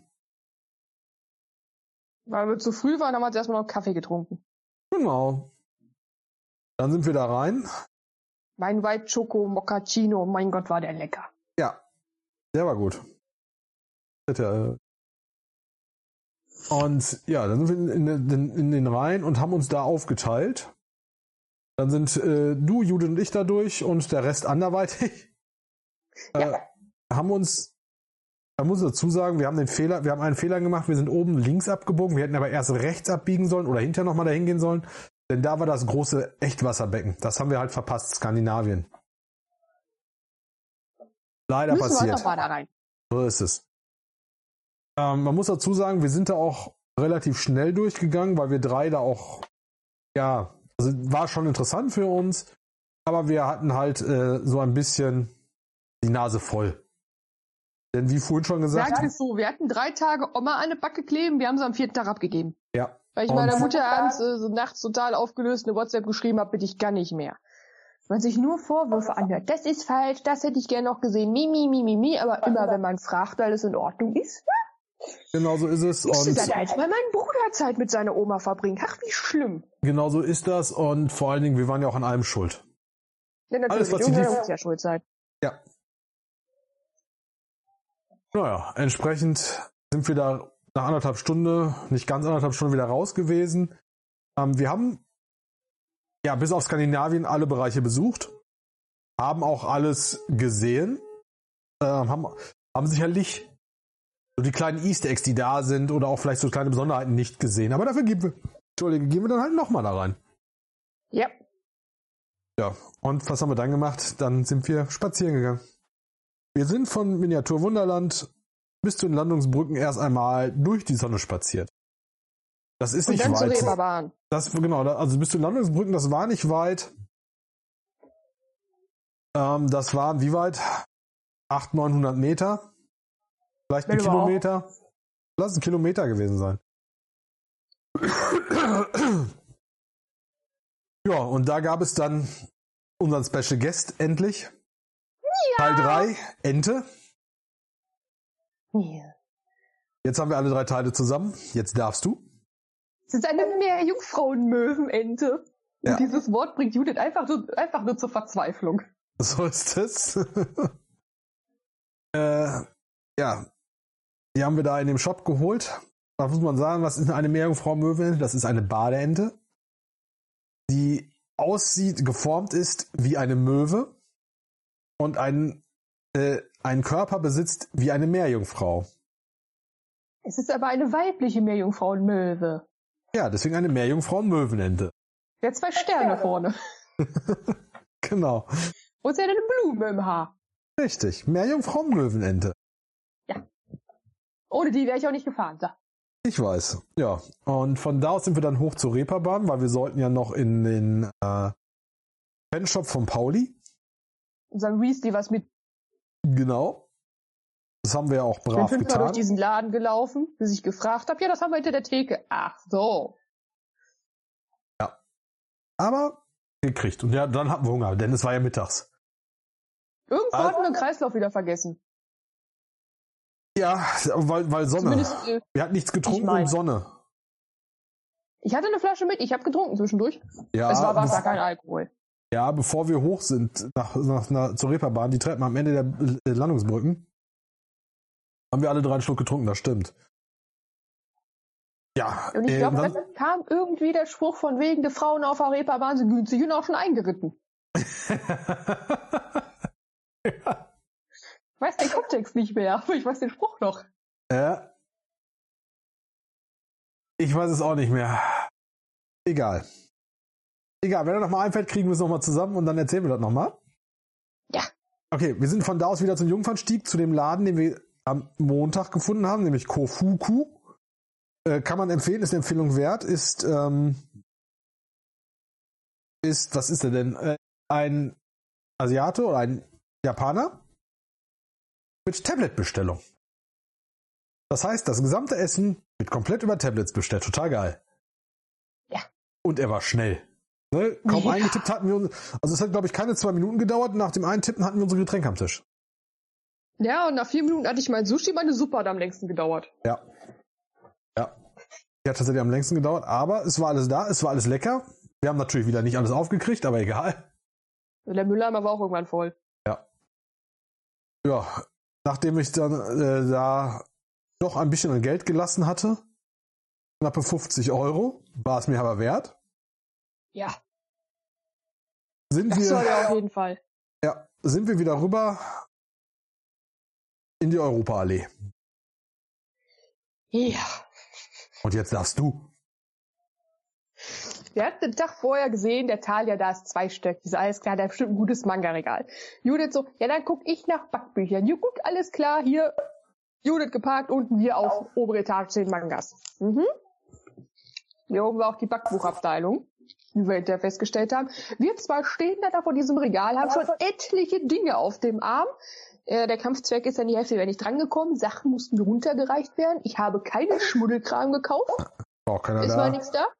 Weil wir zu früh waren, haben wir jetzt erstmal noch Kaffee getrunken. Genau. Dann sind wir da rein. Mein White Choco Mochaccino, mein Gott, war der lecker. Ja, der war gut. Bitte. Und ja, dann sind wir in, in, in den Reihen und haben uns da aufgeteilt. Dann sind äh, du, Judith und ich da durch und der Rest anderweitig. Ja. Äh, haben uns, man muss dazu sagen, wir haben den Fehler, wir haben einen Fehler gemacht, wir sind oben links abgebogen, wir hätten aber erst rechts abbiegen sollen oder hinterher nochmal dahin gehen sollen, denn da war das große Echtwasserbecken. Das haben wir halt verpasst, Skandinavien. Leider Müssen passiert. wir noch mal da rein. So ist es. Ähm, man muss dazu sagen, wir sind da auch relativ schnell durchgegangen, weil wir drei da auch, ja, also war schon interessant für uns, aber wir hatten halt äh, so ein bisschen die Nase voll. Denn wie vorhin schon gesagt... Sagen wir es so, wir hatten drei Tage Oma an eine Backe kleben, wir haben sie am vierten Tag abgegeben. Ja. Weil ich Und- meiner Mutter abends äh, so nachts total aufgelöst eine WhatsApp geschrieben habe, bitte ich gar nicht mehr. Man sich nur Vorwürfe anhört. Das ist falsch, das hätte ich gerne noch gesehen. Mi, mi, mi, mi, mi. Aber immer, wenn man fragt, weil es in Ordnung ist, Genau so ist es. ich Und dann als mal meinen Bruder Zeit mit seiner Oma verbringen. Ach, wie schlimm. genau so ist das. Und vor allen Dingen, wir waren ja auch an allem schuld. Ja, natürlich, Alles, was die irgendwer lief- muss ja schuld sein. Ja. Naja, entsprechend sind wir da nach anderthalb Stunden, nicht ganz anderthalb Stunden wieder raus gewesen. Ähm, wir haben ja bis auf Skandinavien alle Bereiche besucht, haben auch alles gesehen, ähm, haben, haben sicherlich so die kleinen Easter Eggs, die da sind oder auch vielleicht so kleine Besonderheiten nicht gesehen. Aber dafür gehen wir, Entschuldige, gehen wir dann halt nochmal da rein. Ja. Ja, und was haben wir dann gemacht? Dann sind wir spazieren gegangen. Wir sind von Miniatur Wunderland bis zu den Landungsbrücken erst einmal durch die Sonne spaziert. Das ist Und nicht dann zur weit. Reeperbahn. Das, genau, da- also bis zu den Landungsbrücken, das war nicht weit. Ähm, das waren wie weit? achthundert, neunhundert Meter? Vielleicht ein Wenn überhaupt. Kilometer? Lass es ein Kilometer gewesen sein. Ja, und da gab es dann unseren Special Guest endlich. Teil drei, Ente. Ja. Jetzt haben wir alle drei Teile zusammen. Jetzt darfst du. Es ist eine Meerjungfrauen-Möwenente. Ja. Und dieses Wort bringt Judith einfach nur, einfach nur zur Verzweiflung. So ist es. äh, ja. Die haben wir da in dem Shop geholt. Da muss man sagen, was ist eine Meerjungfrau-Möwe? Das ist eine Badeente, die aussieht, geformt ist wie eine Möwe und einen, äh, einen Körper besitzt wie eine Meerjungfrau. Es ist aber eine weibliche Meerjungfrauen-Möwe. Ja, deswegen eine Meerjungfrauen-Möwenente. Der hat zwei Sterne vorne. Genau. Und sie hat eine Blume im Haar. Richtig. Meerjungfrauen-Möwenente. Ohne die wäre ich auch nicht gefahren. So. Ich weiß. Ja. Und von da aus sind wir dann hoch zur Reeperbahn, weil wir sollten ja noch in den äh, Fanshop von Pauli. Und sagen Weasley was mit. Genau. Das haben wir ja auch Ich bin brav fünfmal durch getan. diesen Laden gelaufen, bis ich gefragt habe, ja, das haben wir hinter der Theke. Ach so. Aber gekriegt. Und ja, dann hatten wir Hunger, denn es war ja mittags. Irgendwo Also- hatten wir den Kreislauf wieder vergessen. Ja, weil, weil Sonne. Zumindest, äh, Wir hatten nichts getrunken ich mein- und Sonne. ich hatte eine Flasche mit, ich habe getrunken zwischendurch. Ja, es war Wasser, bev- kein Alkohol. ja, bevor wir hoch sind nach, nach, nach, zur Reeperbahn, die Treppen am Ende der äh, Landungsbrücken, haben wir alle drei einen Schluck getrunken, das stimmt. Ja, Und ich äh, glaube, dann- dann kam irgendwie der Spruch von wegen, die Frauen auf der Reeperbahn sind günstig und auch schon eingeritten. ja. Ich weiß den Kontext nicht mehr, aber ich weiß den Spruch noch. Äh, ich weiß es auch nicht mehr. Egal. Egal, wenn er noch mal einfällt, kriegen wir es noch mal zusammen und dann erzählen wir das noch mal. Ja. Okay, wir sind von da aus wieder zum Jungfernstieg, zu dem Laden, den wir am Montag gefunden haben, nämlich Kofuku. Äh, kann man empfehlen, ist eine Empfehlung wert, ist, ähm, ist, was ist er denn? Äh, ein Asiate oder ein Japaner mit Tablet-Bestellung. Das heißt, das gesamte Essen wird komplett über Tablets bestellt. Total geil. Und er war schnell. Ne? Kaum Ja. eingetippt hatten wir uns, also es hat, glaube ich, keine zwei Minuten gedauert. Nach dem einen Tippen hatten wir unsere Getränke am Tisch. Ja, und nach vier Minuten hatte ich mein Sushi, meine Suppe hat am längsten gedauert. Ja. Ja. Die hat tatsächlich am längsten gedauert, aber es war alles da, es war alles lecker. Wir haben natürlich wieder nicht alles aufgekriegt, aber egal. Der Mülleimer war auch irgendwann voll. Ja. Ja, nachdem ich dann äh, da noch ein bisschen an Geld gelassen hatte, knappe fünfzig Euro, war es mir aber wert, Ja, sind das soll wir, er auf jeden Fall. ja, sind wir wieder rüber in die Europaallee. Ja. Und jetzt darfst du. Wir hatten den Tag vorher gesehen, der Thalia, da ist zwei Stück. Ist alles klar, da ist bestimmt ein gutes Manga-Regal. Judith so, ja, dann guck ich nach Backbüchern. Ja, gut, alles klar, hier, Judith geparkt, unten wir auf obere Etage zehn Mangas. Mhm. Hier oben war auch die Backbuchabteilung, wie wir hinterher festgestellt haben. Wir zwei stehen da vor diesem Regal, haben schon etliche Dinge auf dem Arm. Äh, der Kampfzwerg ist an die Hälfte nicht drangekommen. Sachen mussten mir runtergereicht werden. Ich habe keinen Schmuddelkram gekauft. Auch keiner Es da. war nichts da.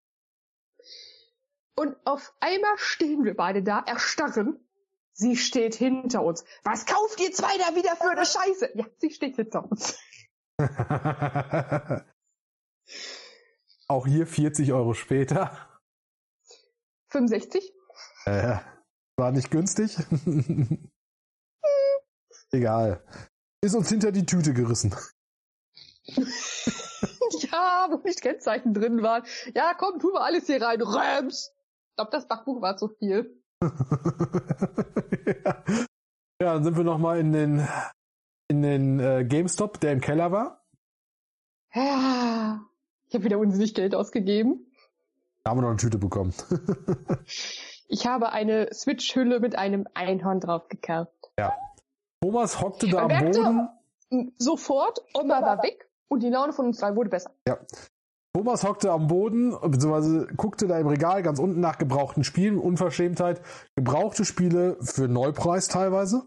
Und auf einmal stehen wir beide da, erstarren. Sie steht hinter uns. Was kauft ihr zwei da wieder für eine Scheiße? Ja, sie steht hinter uns. Auch hier vierzig Euro später. fünfundsechzig? Äh, war nicht günstig. Egal. Ist uns hinter die Tüte gerissen. Ja, wo nicht Kennzeichen drin waren. Ja, komm, tun wir alles hier rein. Rams! Ich glaube, das Backbuch war zu viel. ja. Ja, dann sind wir nochmal in den, in den äh, GameStop, der im Keller war. Ja, ich habe wieder unsinnig Geld ausgegeben. Da haben wir noch eine Tüte bekommen. Ich habe eine Switch-Hülle mit einem Einhorn drauf gekauft. Ja. Thomas hockte da am Man merkte Boden. Sofort, Oma war weg und die Laune von uns drei wurde besser. Ja. Thomas hockte am Boden, beziehungsweise guckte da im Regal ganz unten nach gebrauchten Spielen. Unverschämtheit. Gebrauchte Spiele für Neupreis teilweise.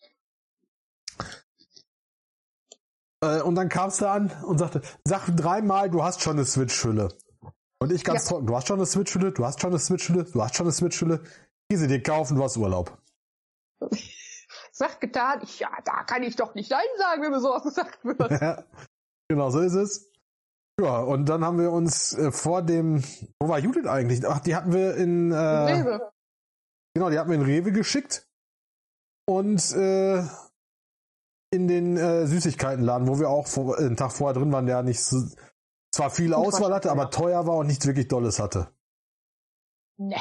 Äh, und dann kamst du an und sagte, sag dreimal, du hast schon eine Switch-Hülle. Und ich ganz Ja. trocken, du hast schon eine Switch-Hülle, du hast schon eine Switch-Hülle, du hast schon eine Switch-Hülle. Geh sie dir kaufen, du hast Urlaub. Sagt getan, ich, ja, da kann ich doch nicht Nein sagen, wenn mir sowas gesagt wird. Ja, genau, so ist es. Ja, und dann haben wir uns äh, vor dem, wo war Judith eigentlich? Ach, die hatten wir in, äh, Rewe. genau, die hatten wir in Rewe geschickt und äh, in den äh, Süßigkeitenladen, wo wir auch vor, äh, einen Tag vorher drin waren, der nicht so, zwar viel Auswahl hatte, aber teuer war und nichts wirklich Dolles hatte. Ne.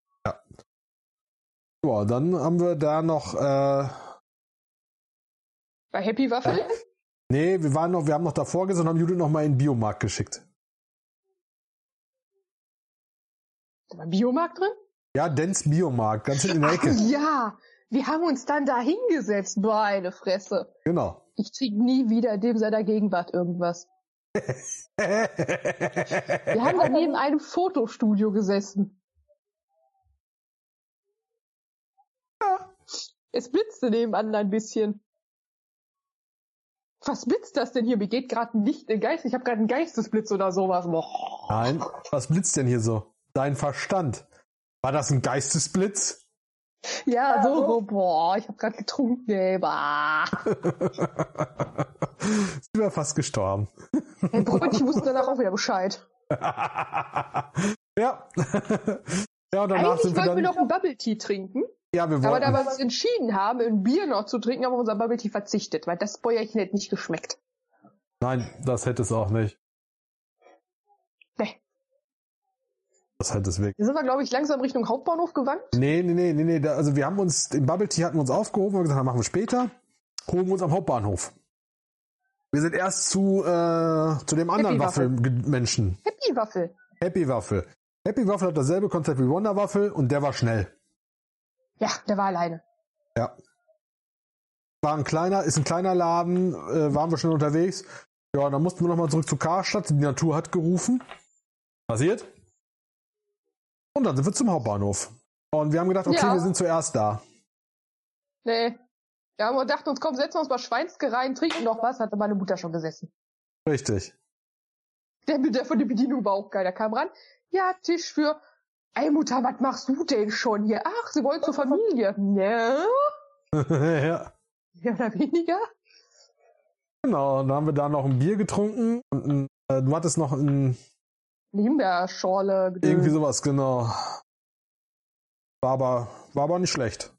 Ja, dann haben wir da noch, äh, Bei Happy Waffel? nee, wir waren noch, wir haben noch davor gesessen und haben Judith noch mal in den Biomarkt geschickt. Da war Biomarkt drin? Ja, Dens Biomarkt, ganz hinten in der Ach Ecke. ja, wir haben uns dann da hingesetzt. Meine Fresse. Genau. Ich krieg nie wieder dem seiner Gegenwart irgendwas. Wir haben da neben einem Fotostudio gesessen. Es blitzte nebenan ein bisschen. Was blitzt das denn hier? Mir geht gerade ein Licht in den Geist. Ich habe gerade einen Geistesblitz oder sowas. Boah. Nein, was blitzt denn hier so? Dein Verstand. War das ein Geistesblitz? Ja, so, so, boah, ich habe gerade getrunken, ey, bah. Sie war fast gestorben. Hey, Brötchen wussten danach auch wieder Bescheid. ja. Ja, und danach Eigentlich sind wir wollten dann... wir noch einen Bubble Tea trinken. ja, wir Aber da wollten... wir uns entschieden haben, ein Bier noch zu trinken, haben wir unser Bubble Tea verzichtet, weil das Bäuerchen hätte nicht geschmeckt. Nein, das hätte es auch nicht. Nee. Das hätte es wirklich... Da sind wir, glaube ich, langsam Richtung Hauptbahnhof gewandt. Nee, nee, nee, nee, nee. Da, also wir haben uns, den Bubble Tea hatten wir uns aufgehoben und gesagt, das machen wir später. Holen wir uns am Hauptbahnhof. Wir sind erst zu, äh, zu dem anderen Happy Waffel. Waffelmenschen. Happy Waffel. Happy Waffel. Happy Waffel hat dasselbe Konzept wie Wonder Waffel und der war schnell. Ja, der war alleine. Ja. War ein kleiner, ist ein kleiner Laden, äh, waren wir schon unterwegs. Ja, dann mussten wir nochmal zurück zu Karstadt. Die Natur hat gerufen. Passiert. Und dann sind wir zum Hauptbahnhof. Und wir haben gedacht, okay, Ja. wir sind zuerst da. Nee. Wir haben gedacht, uns komm, setzen wir uns mal Schweinske rein, trinken noch was, hatte meine Mutter schon gesessen. Richtig. Der, der von der Bedienung war auch geil. Der kam ran. Ja, Tisch für... Ey, Mutter, was machst du denn schon hier? Ach, Sie wollen zur Familie. Ja. Ja. Mehr oder weniger. Genau, und dann haben wir da noch ein Bier getrunken. Und ein, äh, du hattest noch ein... Himbeerschorle. Gedöns. Irgendwie sowas, genau. War aber, war aber nicht schlecht.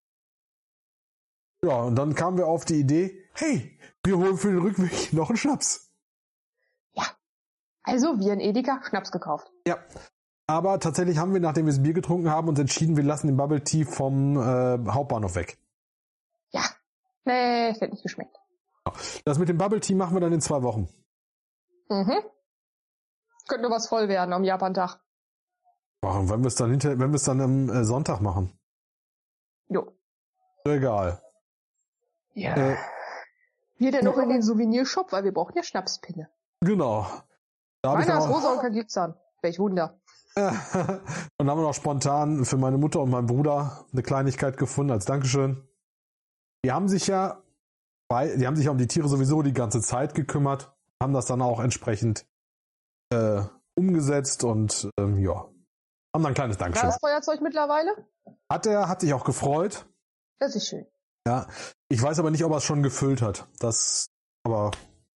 Ja, und dann kamen wir auf die Idee, hey, wir holen für den Rückweg noch einen Schnaps. Ja. Also, wir in Edeka Schnaps gekauft. Ja. Aber tatsächlich haben wir, nachdem wir das Bier getrunken haben, uns entschieden, wir lassen den Bubble Tea vom äh, Hauptbahnhof weg. Ja. Nee, es hat nicht geschmeckt. Das mit dem Bubble Tea machen wir dann in zwei Wochen. Mhm. Könnte nur was voll werden am Japan-Tag. Warum? Wenn wir es dann hinter, wenn wir es dann am äh, Sonntag machen. Jo. Egal. Ja. Äh, wir denn noch in den Souvenirshop, weil wir brauchen ja Schnapspinne. Genau. Da hab ich Meiner ist noch, rosa und kein Glitzern. Welch Wunder. und dann haben wir noch spontan für meine Mutter und meinen Bruder eine Kleinigkeit gefunden als Dankeschön. Die haben sich ja, bei, die haben sich ja um die Tiere sowieso die ganze Zeit gekümmert, haben das dann auch entsprechend äh, umgesetzt und ähm, ja, haben dann ein kleines War Dankeschön. das Feuerzeug mittlerweile? Hat er, hat sich auch gefreut. Das ist schön. Ja, ich weiß aber nicht, ob er es schon gefüllt hat. Das, aber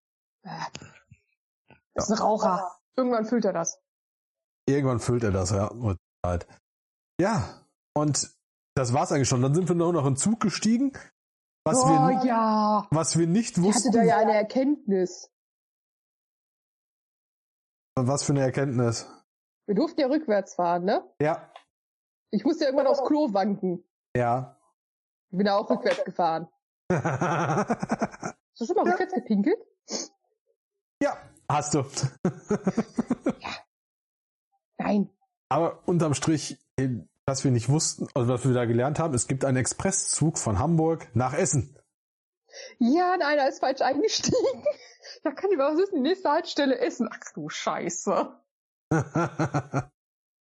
Das ist ein Raucher. Irgendwann füllt er das. irgendwann füllt er das, ja. Ja, und das war's eigentlich schon. Dann sind wir nur noch in den Zug gestiegen. Was, oh wir, ja. was wir nicht Ich wussten. hatte da ja eine Erkenntnis. Was für eine Erkenntnis. Wir durften ja rückwärts fahren, ne? Ja, Ich musste ja irgendwann aufs Klo wanken. ja. Ich bin da auch rückwärts gefahren. Hast du schon mal rückwärts gepinkelt? Ja, hast du. Nein. Aber unterm Strich, was wir nicht wussten, also was wir da gelernt haben, es gibt einen Expresszug von Hamburg nach Essen. Ja, und einer ist falsch eingestiegen. Ja, kann ich mal, was ist denn die nächste Haltestelle Essen? Ach du Scheiße. Ja.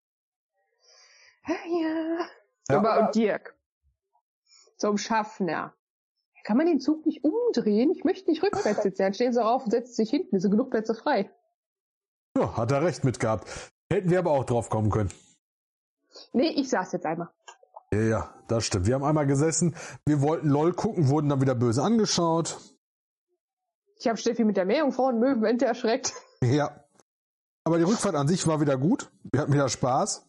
Ja. Aber und Dirk. Zum Schaffner. Kann man den Zug nicht umdrehen? Ich möchte nicht rückwärts sitzen. Dann stehen sie rauf und setzen sich hinten. Es sind genug Plätze frei. Ja, hat er recht mit gehabt. Hätten wir aber auch drauf kommen können. Nee, ich saß jetzt einmal. Ja, ja, das stimmt. Wir haben einmal gesessen, wir wollten LOL gucken, wurden dann wieder böse angeschaut. Ich habe Steffi mit der Meerjungfrau und Möwenente erschreckt. Ja. Aber die Rückfahrt an sich war wieder gut. Wir hatten wieder Spaß.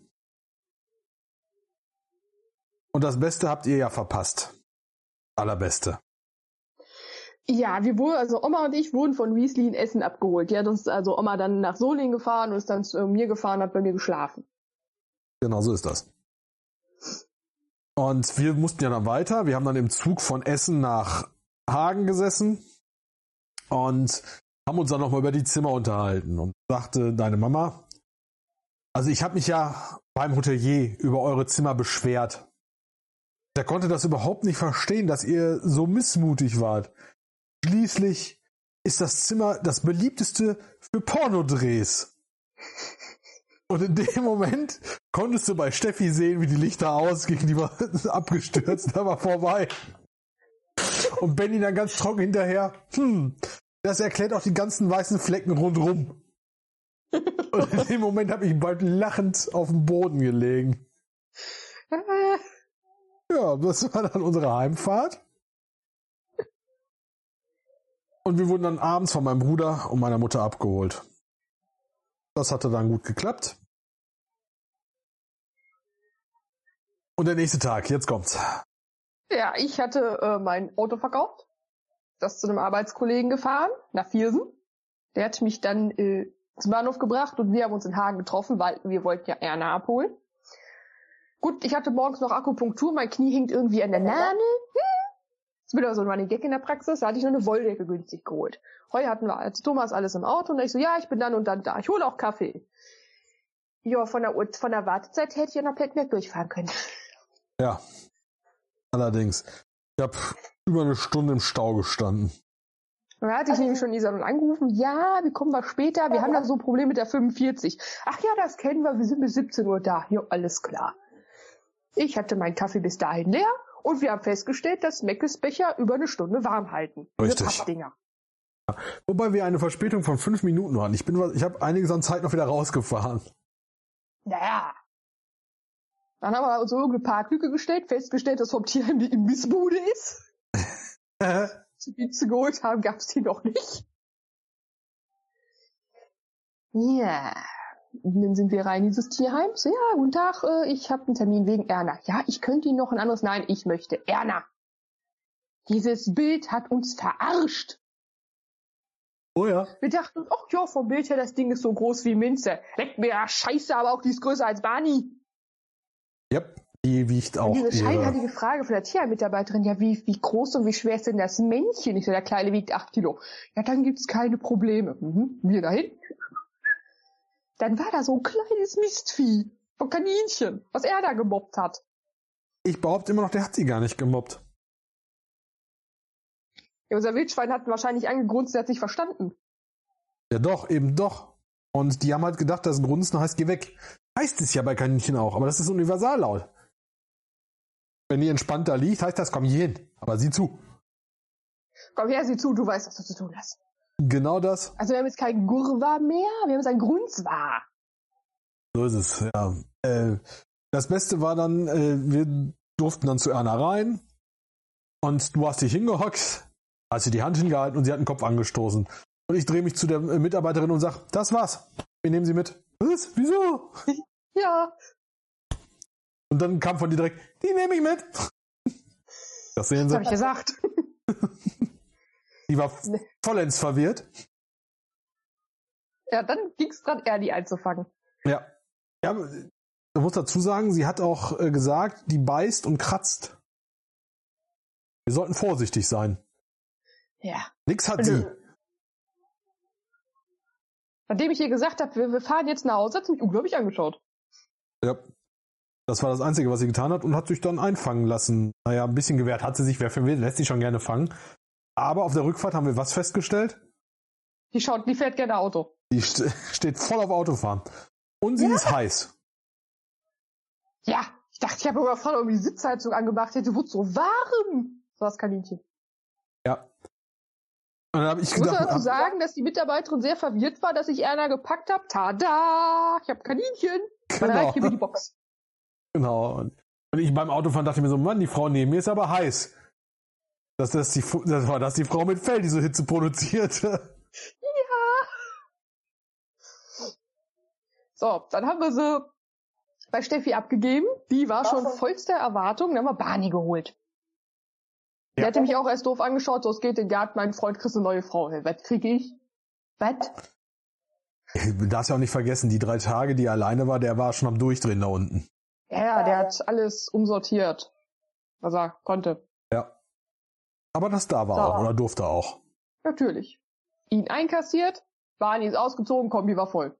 Und das Beste habt ihr ja verpasst. Allerbeste. Ja, wir wurden, also Oma und ich wurden von Weasley in Essen abgeholt. Die hat uns, also Oma dann nach Solingen gefahren und ist dann zu mir gefahren, hat bei mir geschlafen. Genau so ist das. Und wir mussten ja dann weiter. Wir haben dann im Zug von Essen nach Hagen gesessen und haben uns dann nochmal über die Zimmer unterhalten. Und sagte deine Mama, also ich habe mich ja beim Hotelier über eure Zimmer beschwert. Der konnte das überhaupt nicht verstehen, dass ihr so missmutig wart. Schließlich ist das Zimmer das beliebteste für Pornodrehs. Und in dem Moment konntest du bei Steffi sehen, wie die Lichter ausgingen, die war abgestürzt, da war vorbei. Und Benny dann ganz trocken hinterher, hm, das erklärt auch die ganzen weißen Flecken rundrum. Und in dem Moment habe ich bald lachend auf dem Boden gelegen. Ja, das war dann unsere Heimfahrt. Und wir wurden dann abends von meinem Bruder und meiner Mutter abgeholt. Das hatte dann gut geklappt. Und der nächste Tag, jetzt kommt's. Ja, ich hatte äh, mein Auto verkauft. Das zu einem Arbeitskollegen gefahren, nach Viersen. Der hat mich dann äh, zum Bahnhof gebracht und wir haben uns in Hagen getroffen, weil wir wollten ja Erna abholen. Gut, ich hatte morgens noch Akupunktur, mein Knie hängt irgendwie an der Nadel. Hm. Das ist wieder so ein Running Gag in der Praxis, da hatte ich noch eine Wolldecke günstig geholt. Heute hatten wir als Thomas alles im Auto und ich so, ja, ich bin dann und dann da, ich hole auch Kaffee. Ja, von der, von der Wartezeit hätte ich ja noch Plättmerk durchfahren können. Ja, allerdings. Ich habe über eine Stunde im Stau gestanden. Da hatte ich nämlich schon Isabel angerufen, ja, wie kommen wir später? Wir haben da so ein Problem mit der fünfundvierzig. Ach ja, das kennen wir, wir sind bis siebzehn Uhr da. Jo, alles klar. Ich hatte meinen Kaffee bis dahin leer und wir haben festgestellt, dass Meckes Becher über eine Stunde warm halten. Diese Richtig. Pappdinger. Wobei wir eine Verspätung von fünf Minuten hatten. Ich bin, ich habe einiges an Zeit noch wieder rausgefahren. Naja. Dann haben wir uns irgendeine Parklücke gestellt, festgestellt, dass vom Tierheim die Imbissbude ist. Als wir die Pizza geholt haben, gab es die noch nicht. Ja. Und dann sind wir rein in dieses Tierheim. So, ja, guten Tag, äh, ich habe einen Termin wegen Erna. Ja, ich könnte Ihnen noch ein anderes. Nein, ich möchte Erna. Dieses Bild hat uns verarscht. Oh ja. Wir dachten, ach ja, vom Bild her, das Ding ist so groß wie Minze. Leckt mir ja scheiße, aber auch die ist größer als Barney. Ja, die wiegt auch. Und diese ihre... scheinheilige Frage von der Tierheim-Mitarbeiterin, ja, wie, wie groß und wie schwer ist denn das Männchen? Ich so, der Kleine wiegt acht Kilo. Ja, dann gibt's keine Probleme. Mhm. Wir dahin. Dann war da so ein kleines Mistvieh von Kaninchen, was er da gemobbt hat. Ich behaupte immer noch, der hat sie gar nicht gemobbt. Ja, unser Wildschwein hat wahrscheinlich angegrunzt, der hat nicht verstanden. Ja doch, eben doch. Und die haben halt gedacht, das Grunzen heißt, geh weg. Heißt es ja bei Kaninchen auch, aber das ist universallaut. Wenn die entspannt da liegt, heißt das, komm hier hin. Aber sieh zu. Komm her, sieh zu, du weißt, was du zu tun hast. Genau das. Also wir haben jetzt kein Gurwa mehr, wir haben jetzt ein Grunzwa. So ist es, ja. Äh, das Beste war dann, äh, wir durften dann zu Erna rein und du hast dich hingehockt, hast dir die Hand hingehalten und sie hat den Kopf angestoßen. Und ich drehe mich zu der äh, Mitarbeiterin und sage, das war's. Wir nehmen sie mit. Was? Wieso? Ja. Und dann kam von dir direkt, die nehme ich mit. Das sehen Das Sie. habe ich gesagt. Die war vollends verwirrt. Ja, dann ging's dran, Ernie einzufangen. Ja. Ja, man muss dazu sagen, sie hat auch äh, gesagt, die beißt und kratzt. Wir sollten vorsichtig sein. Ja. Nix hat Also, sie. Nachdem ich ihr gesagt habe, wir, wir fahren jetzt nach Hause, hat sie mich unglaublich angeschaut. Ja. Das war das Einzige, was sie getan hat und hat sich dann einfangen lassen. Naja, ein bisschen gewehrt hat sie sich, wer will, lässt sich schon gerne fangen. Aber auf der Rückfahrt haben wir was festgestellt? Die schaut, die fährt gerne Auto. Die st- steht voll auf Autofahren. Und sie Ja. ist heiß. Ja, ich dachte, ich habe aber voll irgendwie die Sitzheizung angemacht, hätte wurde so warm. So das Kaninchen. Ja. Und dann habe ich Ich muss gedacht, dazu ach, sagen, dass die Mitarbeiterin sehr verwirrt war, dass ich Erna gepackt habe. Tada! Ich habe Kaninchen. Genau. Und dann hier die Box. genau. Und ich beim Autofahren dachte mir so, Mann, die Frau neben mir ist aber heiß. Das, das, die, das war das die Frau mit Fell, die so Hitze produziert. Ja. So, dann haben wir sie bei Steffi abgegeben. Die war schon vollster Erwartung. Dann haben wir Barney geholt. Der Ja. hatte mich auch erst doof angeschaut. So, es geht in den Garten, mein Freund kriegt eine neue Frau. Hey, was krieg ich? Was? Du darfst ja auch nicht vergessen, die drei Tage, die er alleine war, der war schon am Durchdrehen da unten. Ja, der hat alles umsortiert, was er konnte. Ja. Aber das da war Da. auch, oder durfte auch. Natürlich. Ihn einkassiert, Barney ist ausgezogen, Kombi war voll.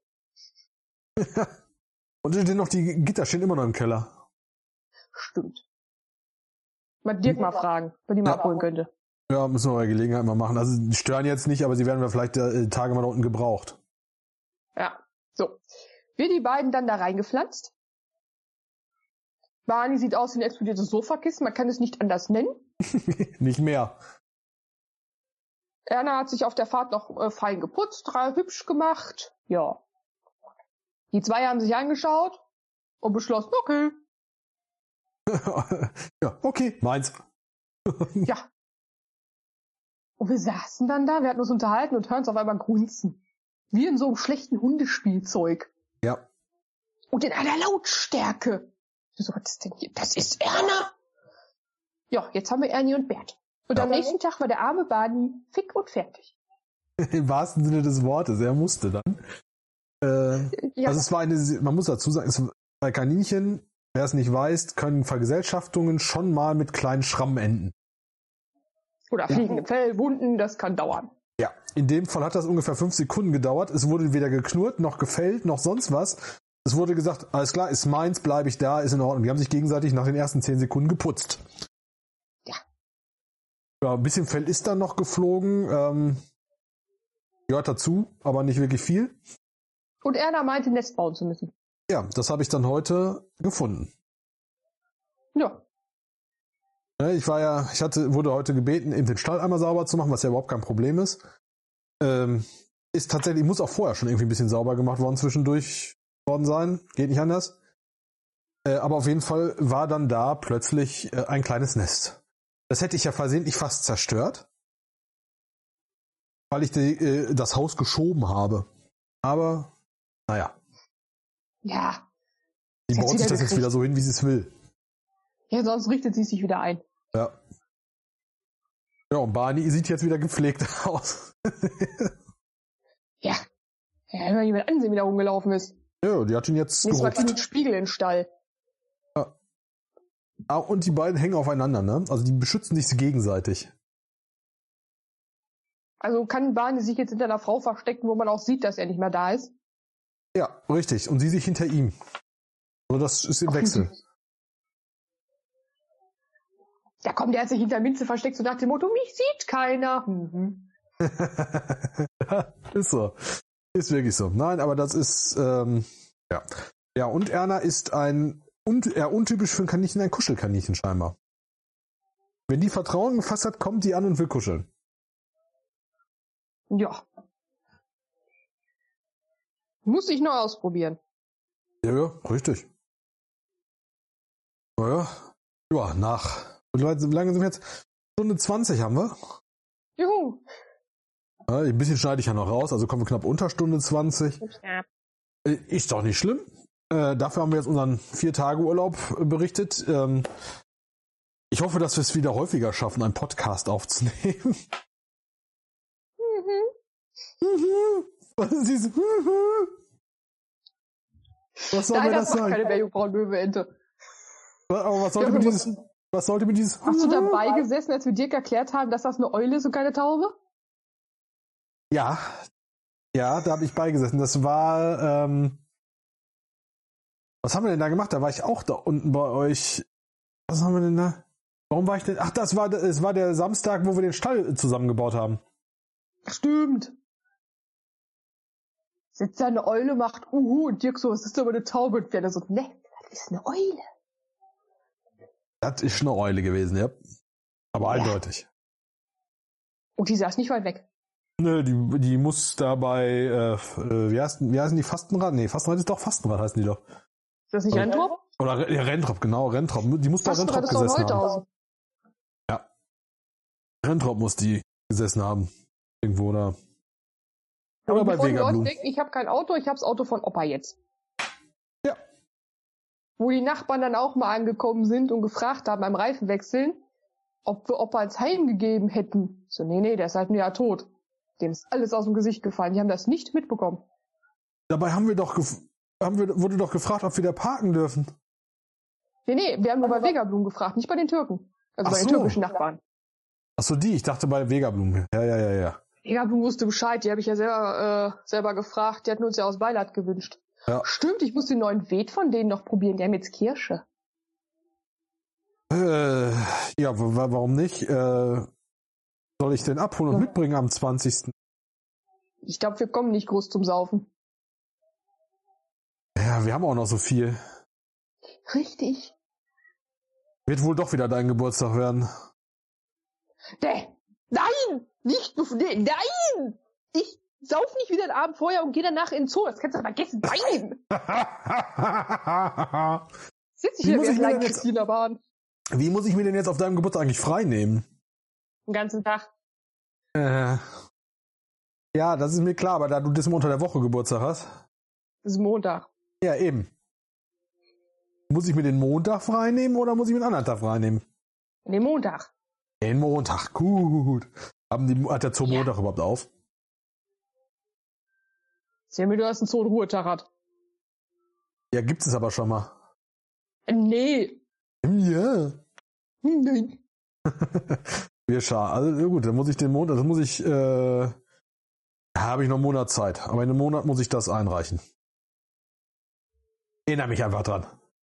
Und stehen noch die Gitter stehen immer noch im Keller. Stimmt. Mal Dirk mal fragen, wenn die mal Ja. abholen könnte. Ja, müssen wir bei Gelegenheit mal machen. Also die stören jetzt nicht, aber sie werden wir vielleicht äh, Tage mal da unten gebraucht. Ja, so. Wir die beiden dann da reingepflanzt. Barney sieht aus wie ein explodiertes Sofakissen, man kann es nicht anders nennen. Nicht mehr. Erna hat sich auf der Fahrt noch äh, fein geputzt, drei hübsch gemacht. Ja. Die zwei haben sich angeschaut und beschlossen, okay, Ja, okay, meins. ja. Und wir saßen dann da, wir hatten uns unterhalten und hören es auf einmal grunzen. Wie in so einem schlechten Hundespielzeug. Ja. Und in einer Lautstärke. Ich so, was ist denn hier? Das ist Erna. Ja, jetzt haben wir Ernie und Bert. Und Ja. am nächsten Tag war der arme Barney fick und fertig. Im wahrsten Sinne des Wortes. Er musste dann. Äh, Ja, Also es war eine, man muss dazu sagen, es, bei Kaninchen, wer es nicht weiß, können Vergesellschaftungen schon mal mit kleinen Schrammen enden. oder fliegende Fell, Wunden, das kann dauern. Ja. In dem Fall hat das ungefähr fünf Sekunden gedauert. Es wurde weder geknurrt, noch gefällt, noch sonst was. Es wurde gesagt, alles klar, ist meins, bleibe ich da, ist in Ordnung. Die haben sich gegenseitig nach den ersten zehn Sekunden geputzt. Ja. Ja, ein bisschen Fell ist dann noch geflogen. Ähm, gehört dazu, aber nicht wirklich viel. Und Erna meinte, Nest bauen zu müssen. Ja, das habe ich dann heute gefunden. Ja. Ja, Ich war ja, ich hatte, wurde heute gebeten, eben den Stall einmal sauber zu machen, was ja überhaupt kein Problem ist. Ähm, ist tatsächlich, muss auch vorher schon irgendwie ein bisschen sauber gemacht worden zwischendurch worden sein. Geht nicht anders. Äh, aber auf jeden Fall war dann da plötzlich äh, ein kleines Nest. Das hätte ich ja versehentlich fast zerstört, weil ich die, äh, das Haus geschoben habe. Aber, naja. Ja. Die baut sich das jetzt wieder so hin, wie sie es will. Ja, sonst richtet sie sich wieder ein. Ja. Ja, und Barney sieht jetzt wieder gepflegt aus. Ja. Ja, wenn man jemand ansehen, wie da rumgelaufen ist. Ja, die hat ihn jetzt Nächstes Mal kriegt gerupft. einen Spiegel in den Stall. Ja. Ah, und die beiden hängen aufeinander, ne? Also die beschützen sich gegenseitig. Also kann Barney sich jetzt hinter einer Frau verstecken, wo man auch sieht, dass er nicht mehr da ist? Ja, richtig. Und sie sich hinter ihm. Also das ist im Wechsel. Ja komm, der hat sich hinter Minze versteckt, so nach dem Motto, mich sieht keiner. Mhm. Ja, ist so. Ist wirklich so. Nein, aber das ist, ähm, ja. Ja, und Erna ist ein, un, eher untypisch für ein Kaninchen, ein Kuschelkaninchen scheinbar. Wenn die Vertrauen gefasst hat, kommt die an und will kuscheln. Ja. Muss ich noch ausprobieren. Ja, ja, richtig. Naja, ja, nach, wie lange sind wir jetzt? Stunde zwanzig haben wir. Juhu. Ja, ein bisschen schneide ich ja noch raus, also kommen wir knapp unter Stunde zwanzig. Ja. Ist doch nicht schlimm. Äh, dafür haben wir jetzt unseren Vier-Tage-Urlaub berichtet. Ähm, ich hoffe, dass wir es wieder häufiger schaffen, einen Podcast aufzunehmen. Mhm. Mhm. Was ist dieses? Mhm. Was soll Nein, mir das das macht sein? keine Meerjungfrau-Löwe-Ente. Aber was sollte Ja, mir du dieses? Was sollte mir dieses? Hast du dabei gesessen, als wir Dirk erklärt haben, dass das eine Eule ist und keine Taube? Ja, ja, da habe ich beigesessen. Das war, ähm, was haben wir denn da gemacht? Da war ich auch da unten bei euch. Was haben wir denn da? Warum war ich denn? Ach, das war, es war der Samstag, wo wir den Stall zusammengebaut haben. Stimmt. Sitzt da eine Eule, macht Uhu und Dirk so, es ist aber eine Taube. Und wir so, ne, das ist eine Eule. Das ist eine Eule gewesen, ja. Aber Ja. eindeutig. Und die saß nicht weit weg. Nö, die, die muss dabei, äh, äh, wie, heißt, wie heißen die? Fastenrad? Nee, Fastenrad ist doch Fastenrad, heißen die doch. Ist das nicht Okay. Rentrop? Oder ja, Rentrop, genau, Rentrop. Die muss da Fastenrad Rentrop ist doch in gesessen haben. Holthausen. Ja. Rentrop muss die gesessen haben. Irgendwo da. Oder Und bei bevor die Leute Vegablum. denken, ich habe kein Auto, ich habe das Auto von Opa jetzt. Ja. Wo die Nachbarn dann auch mal angekommen sind und gefragt haben beim Reifenwechseln, ob wir Opa ins Heim gegeben hätten. So, nee, nee, der ist halt ein Jahr tot. Dem ist alles aus dem Gesicht gefallen. Die haben das nicht mitbekommen. Dabei haben wir doch gef- haben wir, wurde doch gefragt, ob wir da parken dürfen. Nee, nee, wir haben nur bei Vegablum gefragt, nicht bei den Türken. Also Ach bei den so. türkischen Nachbarn. Achso, die, ich dachte bei Vegablum. Ja, ja, ja, ja. Vegablum wusste Bescheid, die habe ich ja selber, äh, selber gefragt. Die hatten uns ja aus Beilat gewünscht. Ja. Stimmt, ich muss den neuen Weet von denen noch probieren. Die haben jetzt Kirsche. Äh, ja, w- w- warum nicht? Äh, soll ich den abholen und Ja. mitbringen am zwanzigsten? Ich glaube, wir kommen nicht groß zum Saufen. Ja, wir haben auch noch so viel. Richtig. Wird wohl doch wieder dein Geburtstag werden. Nee. Nein! Nicht, bef- nee, nein! Ich sauf nicht wieder den Abend vorher und gehe danach in den Zoo. Das kannst du vergessen. Nein! Sitz ich Wie hier muss wie ich ein mir denn kleines jetzt- Christina Bahn. Wie muss ich mir denn jetzt auf deinem Geburtstag eigentlich frei nehmen? Den ganzen Tag. Äh, ja, das ist mir klar, aber da du das immer unter der Woche Geburtstag hast. Das ist Montag. Ja, eben. Muss ich mir den Montag frei nehmen oder muss ich mir einen anderen Tag frei nehmen? Nee, Montag. Den Montag, gut. Haben die, hat der Zoo Ja. Montag überhaupt auf? Erzähl mir, du hast einen Zoo- und Ruhetag hat. Ja, gibt es aber schon mal. Äh, Nee. Ja. Hm, Nein. Wir schade. Also gut, dann muss ich den Monat, das muss ich, äh, ja, habe ich noch einen Monat Zeit. Aber in einem Monat muss ich das einreichen. Erinnere mich einfach dran.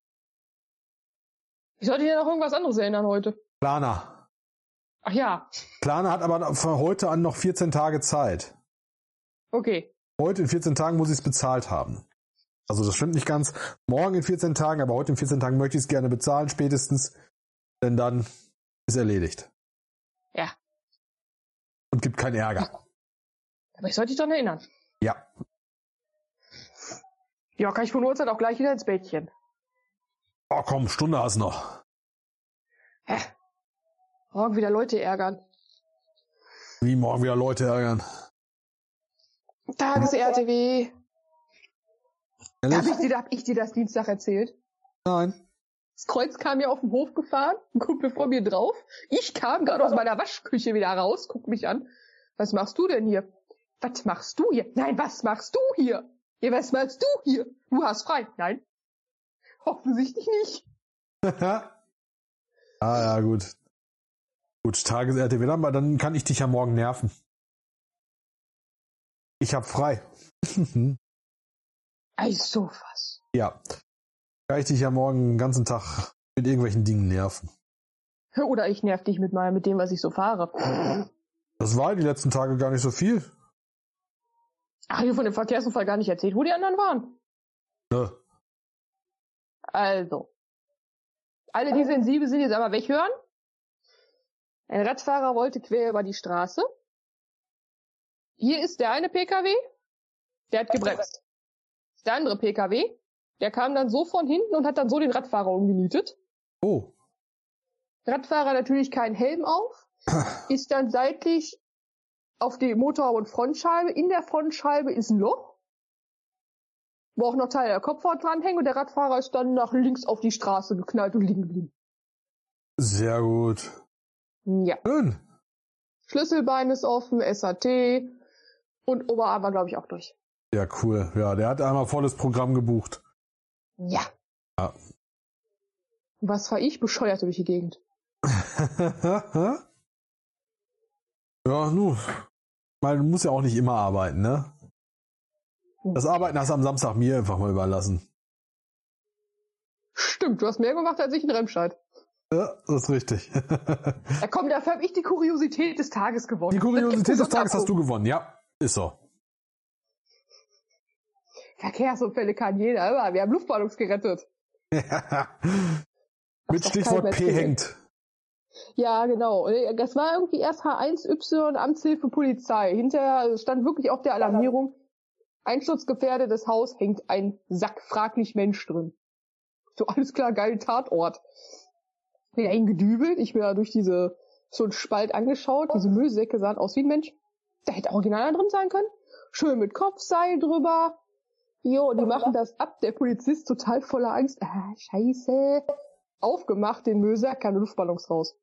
Ich sollte dir noch irgendwas anderes erinnern heute. Klarna. Ach ja. Klarna hat aber von heute an noch vierzehn Tage Zeit. Okay. Heute in vierzehn Tagen muss ich es bezahlt haben. Also das stimmt nicht ganz. Morgen in vierzehn Tagen, aber heute in vierzehn Tagen möchte ich es gerne bezahlen, spätestens. Denn dann ist erledigt. Ja. Und gibt keinen Ärger. Aber ich sollte dich daran erinnern. Ja. Ja, kann ich von Uhrzeit auch gleich wieder ins Bettchen. Oh komm, Stunde hast noch. Hä? Morgen wieder Leute ärgern. Wie morgen wieder Leute ärgern? Tages-R T W. Ehrlich? Hab ich, dir, hab ich dir das Dienstag erzählt? Nein. Das Kreuz kam mir auf den Hof gefahren, ein Kumpel vor mir drauf. Ich kam gerade aus meiner Waschküche wieder raus, guck mich an. Was machst du denn hier? Was machst du hier? Nein, was machst du hier? Ja, was machst du hier? Du hast frei. Nein. Offensichtlich nicht. ah ja, gut. Gut, Tages-R T W, dann, dann kann ich dich ja morgen nerven. Ich hab frei. Also was. Ja. Kann ich dich ja morgen den ganzen Tag mit irgendwelchen Dingen nerven. Oder ich nerv dich mit mal mit dem, was ich so fahre. Das war die letzten Tage gar nicht so viel. Ach, hier von dem Verkehrsunfall gar nicht erzählt, wo die anderen waren. Nö. Also. Alle, die sensibel sind, jetzt einmal weghören. Ein Radfahrer wollte quer über die Straße. Hier ist der eine P K W, der hat gebremst. Der andere P K W, der kam dann so von hinten und hat dann so den Radfahrer umgenietet. Oh. Radfahrer natürlich keinen Helm auf, ist dann seitlich auf die Motor- und Frontscheibe. In der Frontscheibe ist ein Loch, wo auch noch Teile der Kopfhaut dranhängen, und der Radfahrer ist dann nach links auf die Straße geknallt und liegen geblieben. Sehr gut. Ja. Schön. Schlüsselbein ist offen, S A T und Oberarm war, glaube ich, auch durch. Ja, cool. Ja, der hat einmal volles Programm gebucht. Ja. Ja. Was war ich? Bescheuert durch die Gegend. Ja, nu. Weil du musst ja auch nicht immer arbeiten, ne? Das Arbeiten hast du am Samstag mir einfach mal überlassen. Stimmt, du hast mehr gemacht als ich in Remscheid. Ja, das ist richtig. Ja komm, dafür habe ich die Kuriosität des Tages gewonnen. Die Kuriosität des Tages hast du gewonnen, ja. Ist so. Verkehrsunfälle kann jeder, aber wir haben Luftballons gerettet. Mit Stichwort P hängt. Ja, genau. Das war irgendwie erst H eins Y, Amtshilfe, Polizei. Hinterher stand wirklich auf der Alarmierung, einsturzgefährdetes Haus, hängt ein Sack fraglich Mensch drin. So, alles klar, geil, Tatort. Bin hingedübelt, ich bin da durch diese, so einen Spalt angeschaut, diese Müllsäcke sahen aus wie ein Mensch. Da hätte original drin sein können. Schön mit Kopfseil drüber. Jo, die machen das ab, der Polizist total voller Angst. Ah, scheiße. Aufgemacht, den Müllsack, keine Luftballons raus.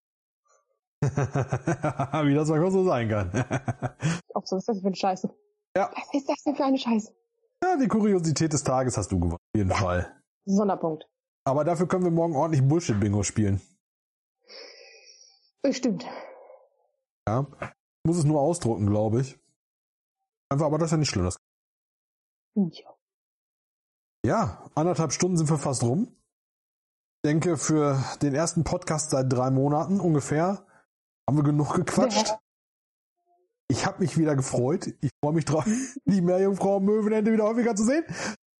Wie das mal so sein kann. Auch so, was ist das denn für eine Scheiße? Ja. Was ist das denn für eine Scheiße? Ja, die Kuriosität des Tages hast du gewonnen, auf jeden ja. Fall. Sonderpunkt. Aber dafür können wir morgen ordentlich Bullshit-Bingo spielen. Bestimmt. Ja. Ich muss es nur ausdrucken, glaube ich. Einfach, aber das ist ja nicht schlimm. Das ja. ja, anderthalb Stunden sind wir fast rum. Ich denke, für den ersten Podcast seit drei Monaten ungefähr haben wir genug gequatscht. Ja. Ich habe mich wieder gefreut. Ich freue mich drauf, die Meerjungfrau Möwenente wieder häufiger zu sehen.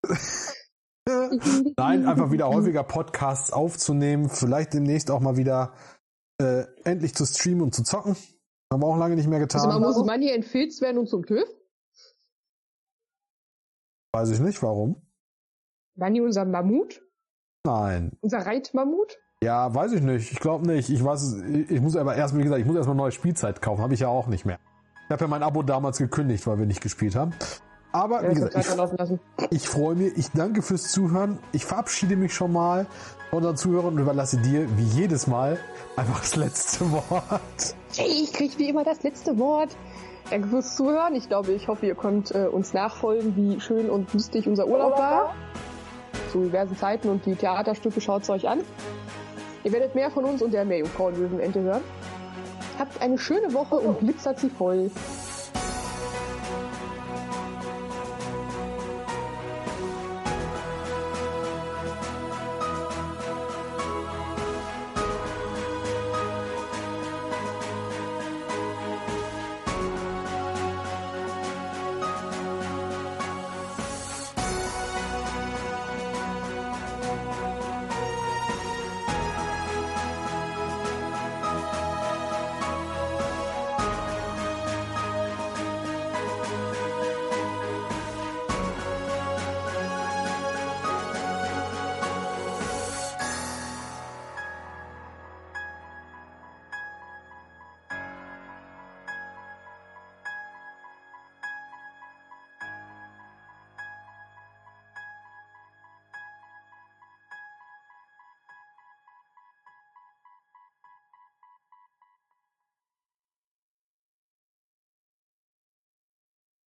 Nein, einfach wieder häufiger Podcasts aufzunehmen. Vielleicht demnächst auch mal wieder äh, endlich zu streamen und zu zocken. Haben wir auch lange nicht mehr getan. Also man muss man hier entfilzt werden und zum TÜV? Weiß ich nicht, warum. Waren die unser Mammut? Nein. Unser Reitmammut? Ja, weiß ich nicht. Ich glaube nicht. Ich weiß, ich muss aber erst, wie gesagt, ich muss erstmal neue Spielzeit kaufen. Habe ich ja auch nicht mehr. Ich habe ja mein Abo damals gekündigt, weil wir nicht gespielt haben. Aber ja, wie gesagt, ich, ich freue mich. Ich danke fürs Zuhören. Ich verabschiede mich schon mal von unseren Zuhörern und überlasse dir, wie jedes Mal, einfach das letzte Wort. Ich kriege wie immer das letzte Wort. Danke fürs Zuhören. Ich glaube, ich hoffe, ihr könnt äh, uns nachfolgen, wie schön und lustig unser Urlaub war. Zu diversen Zeiten, und die Theaterstücke schaut es euch an. Ihr werdet mehr von uns und der Meerjungfrau Löwenente hören. Habt eine schöne Woche und glitzert sie voll.